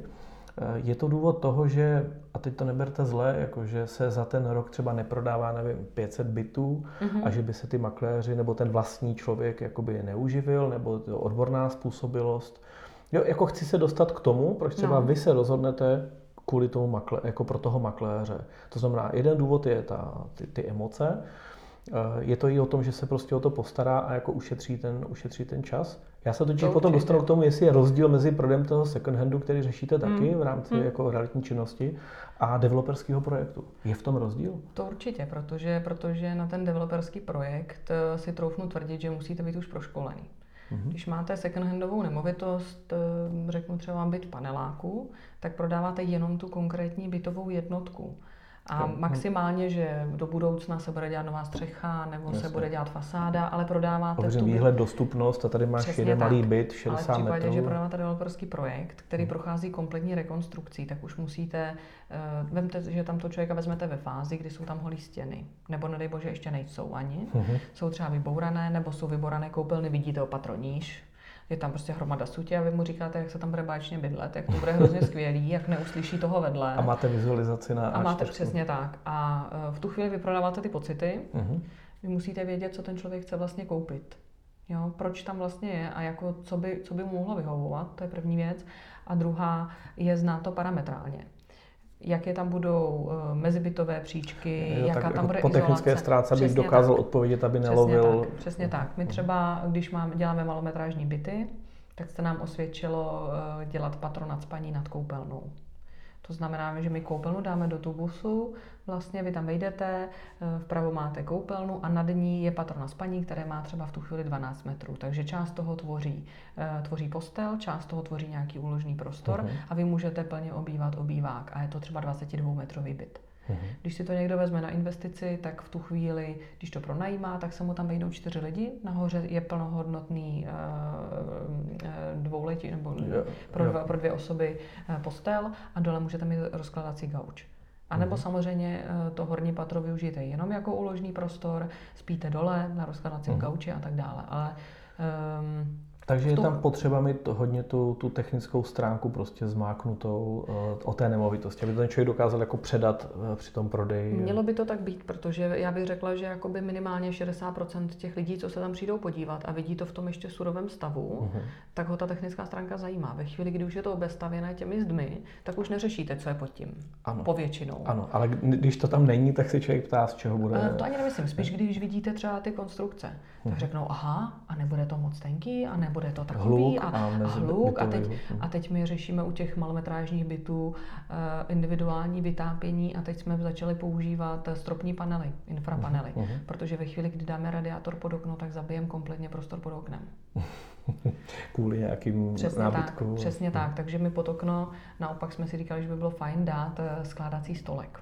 Je to důvod toho, že, a teď to neberte zle, jako že se za ten rok třeba neprodává, nevím, pět set bytů uh-huh. a že by se ty makléři nebo ten vlastní člověk jakoby neuživil, nebo to odborná způsobilost. Jo, jako chci se dostat k tomu, proč třeba no. vy se rozhodnete kvůli tomu makle, jako pro toho makléře. To znamená, jeden důvod je ta, ty, ty emoce, je to i o tom, že se prostě o to postará a jako ušetří ten, ušetří ten čas. Já se totiž to potom dostanu k tomu, jestli je rozdíl mezi prodejem toho second handu, který řešíte taky hmm. v rámci hmm. jako realitní činnosti, a developerského projektu. Je v tom rozdíl? To určitě, protože, protože na ten developerský projekt si troufnu tvrdit, že musíte být už proškolený. Mm-hmm. Když máte second-handovou nemovitost, řeknu třeba byt v paneláku, tak prodáváte jenom tu konkrétní bytovou jednotku. A no, maximálně, že do budoucna se bude dělat nová střecha, nebo jasně. se bude dělat fasáda, ale prodáváte Hovořím tu... výhled, dostupnost, a tady máš přesně jeden tak. malý byt, šedesát metrů. Ale v případě, že prodáváte developerský projekt, který hmm. prochází kompletní rekonstrukcí, tak už musíte, uh, vemte, že tam to člověka vezmete ve fázi, kdy jsou tam holí stěny, nebo nedej bože ještě nejsou ani, hmm. jsou třeba vybourané, nebo jsou vybourané koupelny, vidíte opatro níž. Je tam prostě hromada sutě a vy mu říkáte, jak se tam bude báječně bydlet, jak to bude hrozně skvělý, jak neuslyší toho vedle. A máte vizualizaci na A máte přesně tak. A v tu chvíli vy prodáváte ty pocity, uh-huh. vy musíte vědět, co ten člověk chce vlastně koupit. Jo, proč tam vlastně je a jako, co, by, co by mu mohlo vyhovovat, to je první věc. A druhá je znát to parametrálně. Jaké tam budou uh, mezibytové příčky, jo, jaká tam jako bude po izolace. Po technické stránce bych dokázal tak. odpovědět, aby nelovil. Přesně tak, přesně tak. My třeba, když mám, děláme malometrážní byty, tak se nám osvědčilo uh, dělat patro nad spaní nad koupelnou. To znamená, že my koupelnu dáme do tubusu, vlastně vy tam vejdete, vpravo máte koupelnu a nad ní je patro na spaní, které má třeba v tu chvíli dvanáct metrů. Takže část toho tvoří, tvoří postel, část toho tvoří nějaký úložný prostor uh-huh. a vy můžete plně obývat obývák a je to třeba dvacetidvoumetrový byt. Uh-huh. Když si to někdo vezme na investici, tak v tu chvíli, když to pronajímá, tak se mu tam vejdou čtyři lidi. Nahoře je plnohodnotný uh, dvouletí nebo yeah, pro, yeah. Dva, pro dvě osoby uh, postel a dole můžete mít rozkladací gauč. A nebo uh-huh. samozřejmě uh, to horní patro využijete jenom jako úložný prostor, spíte dole na rozkladacím uh-huh. gauči a tak dále. Ale um, takže je tam potřeba mít hodně tu, tu technickou stránku prostě zmáknutou uh, o té nemovitosti, aby ten člověk dokázal jako předat uh, při tom prodeji. Mělo by to tak být, protože já bych řekla, že jakoby minimálně šedesát procent těch lidí, co se tam přijdou podívat a vidí to v tom ještě surovém stavu, uh-huh. tak ho ta technická stránka zajímá. Ve chvíli, kdy už je to obestavěné těmi zdmi, tak už neřešíte, co je pod tím. Ano. Povětšinou. Ano, ale když to tam není, tak se člověk ptá, z čeho bude. Uh, to ani nemyslím, spíš když vidíte třeba ty konstrukce, tak uh-huh. řeknou, aha, a nebude to moc tenký, a nebude to takový hluk a, a, a hluk a teď, a teď my řešíme u těch malometrážních bytů uh, individuální vytápění a teď jsme začali používat stropní panely, infrapanely, uh-huh. protože ve chvíli, kdy dáme radiátor pod okno, tak zabijeme kompletně prostor pod oknem. Kvůli nějakým přesně nábytku. Tak, přesně hmm. tak, takže my pod okno naopak jsme si říkali, že by bylo fajn dát skládací stolek.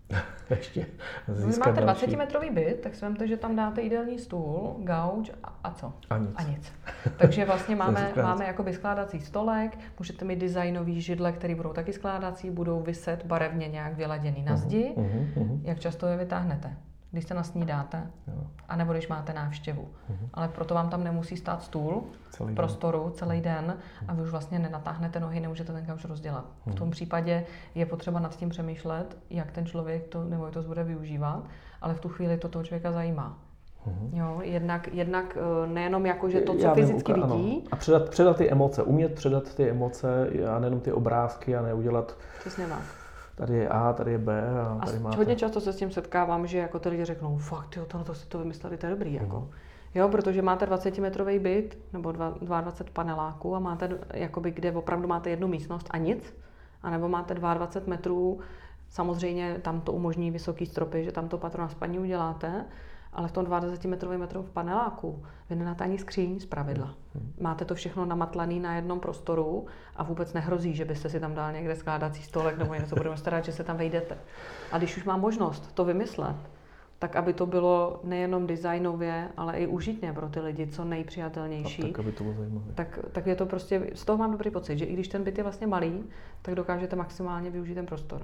Ještě Vy máte dvacetimetrový byt, tak si vemte, že tam dáte jídelní stůl, gauč a, a co? A nic. A nic. Takže vlastně máme, máme jakoby skládací stolek, můžete mít designový židle, které budou taky skládací, budou viset barevně nějak vyladěný na zdi. Uh-huh, uh-huh. Jak často je vytáhnete? Když se nasnídáte, anebo když máte návštěvu. Uh-huh. Ale proto vám tam nemusí stát stůl celý v prostoru den. celý den a vy už vlastně nenatáhnete nohy, nemůžete ten gauč rozdělat. Uh-huh. V tom případě je potřeba nad tím přemýšlet, jak ten člověk to nemovitost bude využívat, ale v tu chvíli to toho člověka zajímá. Uh-huh. Jo, jednak, jednak nejenom jako, že to, co já fyzicky vím, vidí. Ano. A předat, předat ty emoce, umět předat ty emoce a nejenom ty obrázky a neudělat... Přesně tak. Tady je A, tady je B a tady a máte... hodně často se s tím setkávám, že jako ty lidi řeknou, fakt jo, to, to si to vymysleli, to je dobrý. Jako. Uh-huh. Jo, protože máte dvacetimetrový byt nebo dvacet dva paneláků a máte, jakoby, kde opravdu máte jednu místnost a nic, anebo máte dvacet dva metrů, samozřejmě tam to umožní vysoký stropy, že tam to patro na spaní uděláte, ale v tom dvacetimetrovém metru v paneláku vy nemáte ani skříň z pravidla. Hmm. Máte to všechno namatlané na jednom prostoru a vůbec nehrozí, že byste si tam dal někde skládací stolek nebo něco, budeme starat, že se tam vejdete. A když už mám možnost to vymyslet, tak aby to bylo nejenom designově, ale i užitně pro ty lidi, co nejpřijatelnější. A tak, aby to bylo zajímavé. Tak, tak je to prostě, z toho mám dobrý pocit, že i když ten byt je vlastně malý, tak dokážete maximálně využít ten prostor.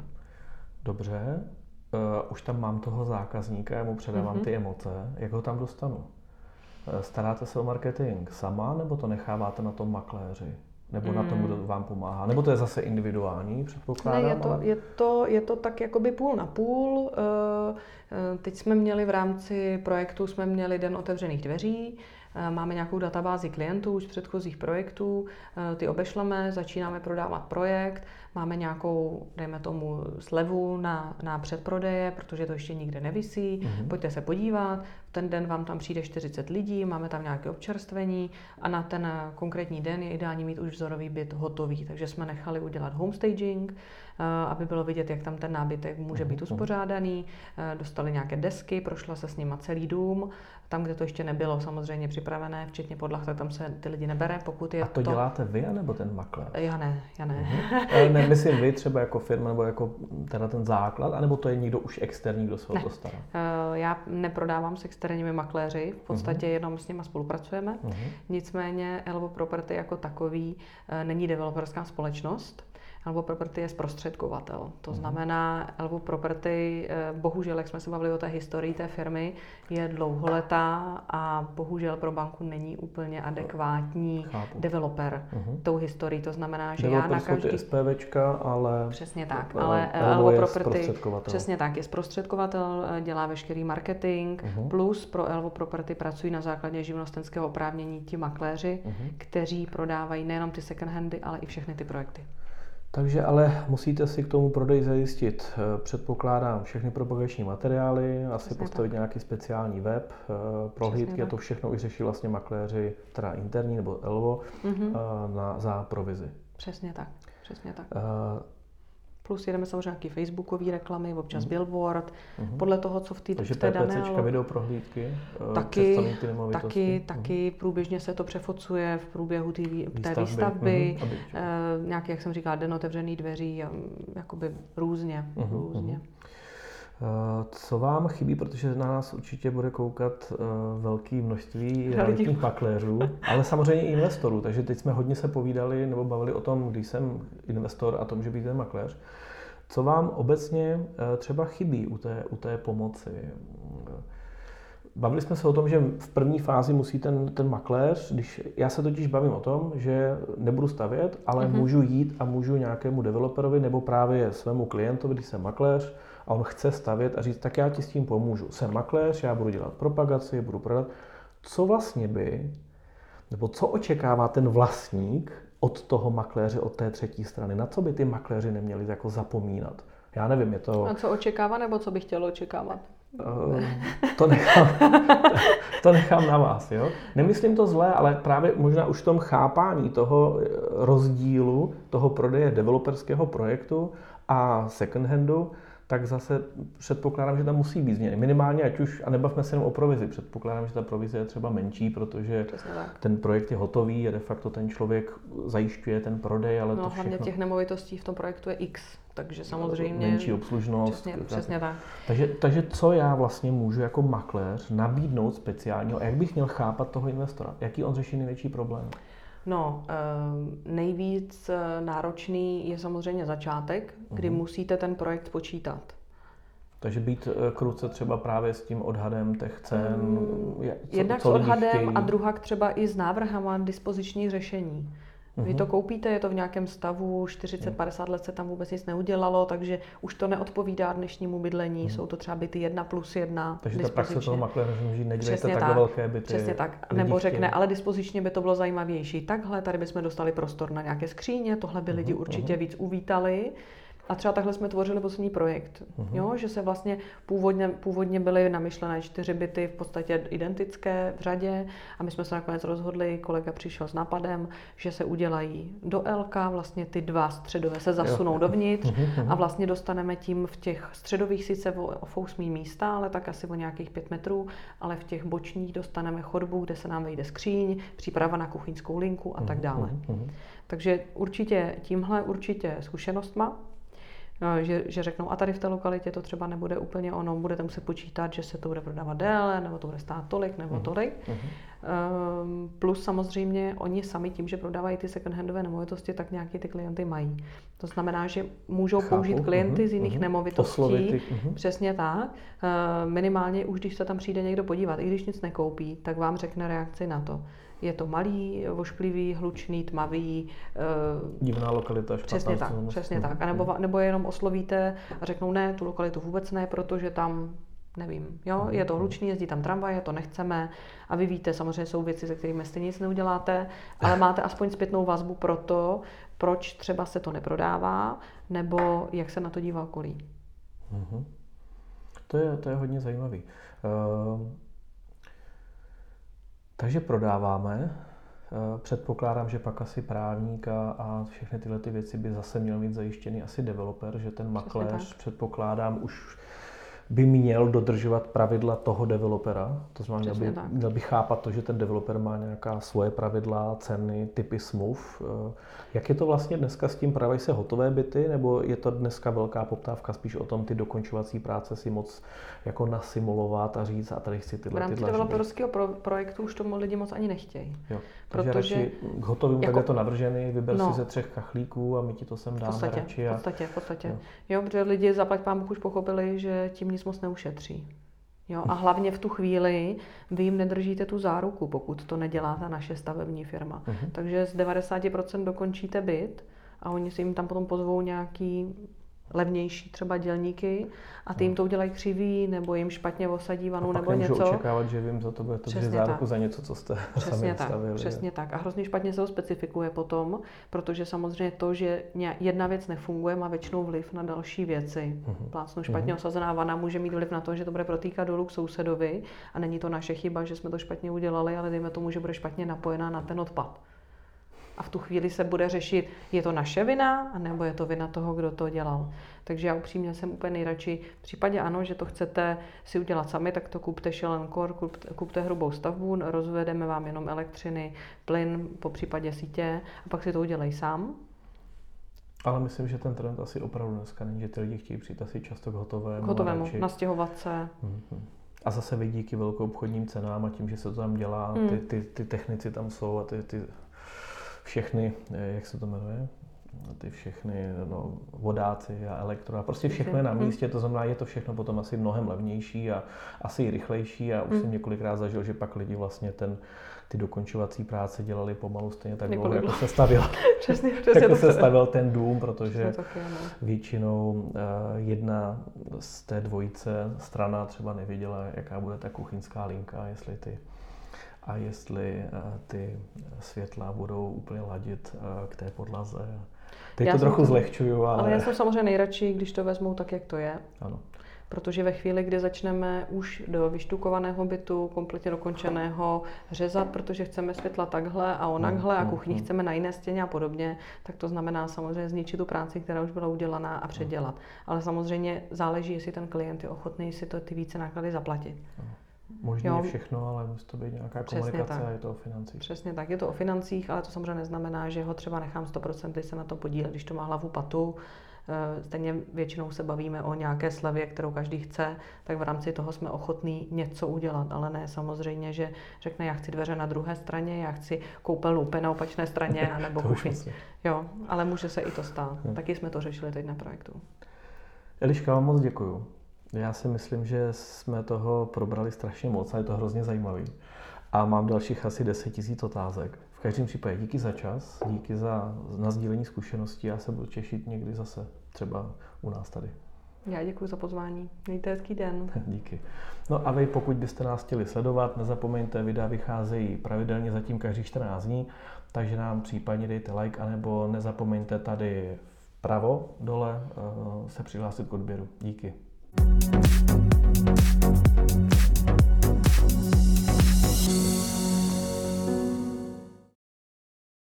Dobře. Uh, už tam mám toho zákazníka, já mu předávám mm-hmm. ty emoce, jak ho tam dostanu? Uh, staráte se o marketing sama, nebo to necháváte na tom makléři? Nebo mm. na tom, kdo vám pomáhá? Nebo to je zase individuální, předpokládám? Ne, je to, ale... je to, je to tak jakoby půl na půl. Uh, uh, teď jsme měli v rámci projektu, jsme měli den otevřených dveří. Máme nějakou databázi klientů už z předchozích projektů, ty obešleme, začínáme prodávat projekt, máme nějakou, dejme tomu, slevu na, na předprodeje, protože to ještě nikde nevisí, mm-hmm. pojďte se podívat, v ten den vám tam přijde čtyřicet lidí, máme tam nějaké občerstvení a na ten konkrétní den je ideální mít už vzorový byt hotový, takže jsme nechali udělat homestaging, aby bylo vidět, jak tam ten nábytek může být uspořádaný, dostali nějaké desky, prošla se s nima celý dům, tam, kde to ještě nebylo samozřejmě připravené, včetně podlah, tak tam se ty lidi nebere, pokud je A to, to... děláte vy, anebo ten makléř? Já ne, já ne. Uh-huh. Ne, myslím vy třeba jako firma, nebo jako teda ten základ, anebo to je někdo už externí, kdo se o to stará? Uh, já neprodávám s externími makléři, v podstatě uh-huh. jenom s nimi spolupracujeme. Uh-huh. Nicméně Elvo Property jako takový uh, není developerská společnost. Elvo Property je zprostředkovatel. To znamená, Elvo Property, bohužel, jak jsme se bavili o té historii té firmy, je dlouholetá a bohužel pro banku není úplně adekvátní Chápu. developer uh-huh. tou historií. To znamená, že developer já na každý... jsou ty SPVčka, ale... Přesně tak, ale Elvo Property přesně tak, je zprostředkovatel, dělá veškerý marketing, uh-huh. plus pro Elvo Property pracují na základě živnostenského oprávnění ti makléři, uh-huh. kteří prodávají nejenom ty second handy, ale i všechny ty projekty. Takže ale musíte si k tomu prodej zajistit, předpokládám, všechny propagační materiály, asi Přesně postavit tak. nějaký speciální web, prohlídky a to všechno už řeší vlastně makléři, teda interní nebo Elvo, mm-hmm. na, za provizi. Přesně tak, přesně tak. Uh, Plus jedeme samozřejmě nějaký facebookový reklamy, občas mm. billboard, mm. podle toho, co v, tý, Takže v té dané... Takže videoprohlídky, taky, ty taky, mm. taky průběžně se to přefocuje v průběhu té výstavby, výstavby mm. eh, nějaký, jak jsem říkala, den otevřených dveří, jakoby různě, mm. různě. Mm. Co vám chybí, protože na nás určitě bude koukat velké množství realitních makléřů, ale samozřejmě i investorů, takže teď jsme hodně se povídali nebo bavili o tom, když jsem investor a to může být ten makléř. Co vám obecně třeba chybí u té, u té pomoci? Bavili jsme se o tom, že v první fázi musí ten, ten makléř, když já se totiž bavím o tom, že nebudu stavět, ale mm-hmm. můžu jít a můžu nějakému developerovi nebo právě svému klientovi, když jsem makléř, a on chce stavět a říct, tak já ti s tím pomůžu. Jsem makléř, já budu dělat propagaci, budu prodat. Co vlastně by, nebo co očekává ten vlastník od toho makléře, od té třetí strany? Na co by ty makléři neměli jako zapomínat? Já nevím, je to... A co očekává, nebo co by chtělo očekávat? Uh, to, nechám, to nechám na vás. Jo? Nemyslím to zlé, ale právě možná už v tom chápání toho rozdílu, toho prodeje developerského projektu a second handu, tak zase předpokládám, že tam musí být změny. Minimálně, ať už, a nebavme se jenom o provizi, předpokládám, že ta provize je třeba menší, protože ten projekt je hotový a de facto ten člověk zajišťuje ten prodej, ale no, to všechno... hlavně těch nemovitostí v tom projektu je X, takže samozřejmě... Menší obslužnost. Přesně tak. Přesně tak. Takže, takže co já vlastně můžu jako makléř nabídnout speciálního, a jak bych měl chápat toho investora? Jaký on řeší největší problém? No, nejvíc náročný je samozřejmě začátek, kdy uh-huh. musíte ten projekt počítat. Takže být kruce třeba právě s tím odhadem těch cen? Um, co, jednak co s odhadem chtějí? A druhak třeba i s návrhama dispozičních řešení. Uh-huh. Vy to koupíte, je to v nějakém stavu, čtyřicet padesát let se tam vůbec nic neudělalo, takže už to neodpovídá dnešnímu bydlení, uh-huh. jsou to třeba byty jedna plus jedna. Takže ta praxe toho makléře může nedělejte takhle tak, velké byty. Přesně tak, nebo řekne, chtějí. Ale dispozičně by to bylo zajímavější. Takhle, tady bychom dostali prostor na nějaké skříně, tohle by lidi uh-huh. určitě uh-huh. víc uvítali. A třeba takhle jsme tvořili poslední projekt, uh-huh. jo, že se vlastně původně, původně byly namyšlené čtyři byty v podstatě identické v řadě a my jsme se nakonec rozhodli, kolega přišel s nápadem, že se udělají do L K, vlastně ty dva středové se zasunou jo. dovnitř uh-huh. a vlastně dostaneme tím v těch středových sice o osmý místa, ale tak asi o nějakých pět metrů, ale v těch bočních dostaneme chodbu, kde se nám vejde skříň, příprava na kuchyňskou linku a uh-huh. tak dále. Uh-huh. Takže určitě tímhle určitě zkušenostma, Že, že řeknou, a tady v té lokalitě to třeba nebude úplně ono, budete muset počítat, že se to bude prodávat déle, nebo to bude stát tolik, nebo tolik. Uh-huh. Um, plus samozřejmě oni sami tím, že prodávají ty second-handové nemovitosti, tak nějaký ty klienty mají. To znamená, že můžou Chápu. použít klienty uh-huh. z jiných uh-huh. nemovitostí. Ty, uh-huh. Přesně tak. Uh, minimálně už, když se tam přijde někdo podívat, i když nic nekoupí, tak vám řekne reakci na to. Je to malý, vošklivý, hlučný, tmavý. Divná lokalita, špatná. Přesně tak, přesně tak. A nebo, nebo jenom oslovíte a řeknou, ne, tu lokalitu vůbec ne, protože tam, nevím, jo, je to hlučný, jezdí tam tramvaje, to nechceme. A vy víte, samozřejmě jsou věci, se kterými jste nic neuděláte, ale máte aspoň zpětnou vazbu pro to, proč třeba se to neprodává, nebo jak se na to dívá okolí. Mm-hmm. To je, to je hodně zajímavý. Uh... Takže prodáváme. Předpokládám, že pak asi právník a, a všechny tyhle ty věci by zase měl mít zajištěný asi developer, že ten makléř, předpokládám, už by měl dodržovat pravidla toho developera. To znamená, měl by, měl by chápat to, že ten developer má nějaká svoje pravidla, ceny, typy smluv. Jak je to vlastně dneska s tím, prodávají se hotové byty, nebo je to dneska velká poptávka spíš o tom ty dokončovací práce si moc jako nasimulovat a říct a tady chci tyhle tyhle. V rámci developerského pro, projektu už to lidi moc ani nechtějí. Jo, takže protože radši k hotovým jako, tak je to navržený, vyber no, si ze třech kachlíků a my ti to sem dáme podstatě, radši. V podstatě, v podstatě. Jo. jo, protože lidi zaplať pánbůh už pochopili, že tím nic moc neušetří. Jo, a hlavně v tu chvíli vy jim nedržíte tu záruku, pokud to nedělá ta naše stavební firma. Uh-huh. Takže z devadesát procent dokončíte byt a oni si jim tam potom pozvou nějaký levnější třeba dělníky a ty jim to udělají křivý, nebo jim špatně osadí vanu nebo něco. A pak očekávat, že vím za to bude to záruku za něco, co jste přesně sami tak, stavili. Přesně tak. A hrozně špatně se ho specifikuje potom, protože samozřejmě to, že jedna věc nefunguje, má většinou vliv na další věci. Uh-huh. Plácnu špatně uh-huh. osazená vana může mít vliv na to, že to bude protýkat dolů k sousedovi a není to naše chyba, že jsme to špatně udělali, ale dejme tomu, že bude špatně napojená na ten odpad. A v tu chvíli se bude řešit, je to naše vina, nebo je to vina toho, kdo to dělal. Takže já upřímně jsem úplně nejradši, v případě ano, že to chcete si udělat sami, tak to kupte shell and core, kupte, kupte hrubou stavbu, rozvedeme vám jenom elektřiny, plyn, po případě sítě a pak si to udělej sám. Ale myslím, že ten trend asi opravdu dneska není, že ty lidi chtějí přijít asi často k hotovému. K hotovému, nastěhovat se. Mm-hmm. A zase vy díky velkou obchodním cenám a tím, že se to tam dělá, mm. ty, ty, ty technici tam jsou a ty, ty všechny, jak se to jmenuje, ty všechny no, vodáci a elektro a prostě všechno je na místě, to znamená, je to všechno potom asi mnohem levnější a asi rychlejší a už mm. jsem několikrát zažil, že pak lidi vlastně ten, ty dokončovací práce dělali pomalu stejně tak dlouho, jako se stavěl, přesně, přesně jako se stavěl ten dům, protože taky, většinou uh, jedna z té dvojice strana třeba nevěděla, jaká bude ta kuchyňská linka, jestli ty a jestli uh, ty světla budou úplně ladit uh, k té podlaze. Teď já to trochu to, zlehčuju, ale... Ale já jsem samozřejmě nejradši, když to vezmou tak, jak to je. Ano. Protože ve chvíli, kdy začneme už do vyštukovaného bytu, kompletně dokončeného, řezat, protože chceme světla takhle a onakhle a kuchyni chceme na jiné stěně a podobně, tak to znamená samozřejmě zničit tu práci, která už byla udělaná a předělat. Ale samozřejmě záleží, jestli ten klient je ochotný si to ty více náklady zaplatit. Možná je všechno, ale musí to být nějaká komunikace a je to o financích. Přesně tak, je to o financích, ale to samozřejmě neznamená, že ho třeba nechám sto procent se na to podílet, když to má hlavu patu. Stejně většinou se bavíme o nějaké slevě, kterou každý chce, tak v rámci toho jsme ochotní něco udělat, ale ne samozřejmě, že řekne, já chci dveře na druhé straně, já chci koupelnu úplně na opačné straně, anebo kuchyň. Jo, ale může se i to stát. Hmm. Taky jsme to řešili teď na projektu. Eliška, vám moc děkuju. Já si myslím, že jsme toho probrali strašně moc a je to hrozně zajímavý. A mám dalších asi deset tisíc otázek. V každém případě díky za čas, díky za nasdílení zkušeností. Já se budu těšit někdy zase třeba u nás tady. Já děkuji za pozvání. Mějte hezký den. Díky. No a vy, pokud byste nás chtěli sledovat, nezapomeňte, videa vycházejí pravidelně zatím každých čtrnáct dní, takže nám případně dejte like, anebo nezapomeňte tady vpravo dole se přihlásit k odběru. Díky.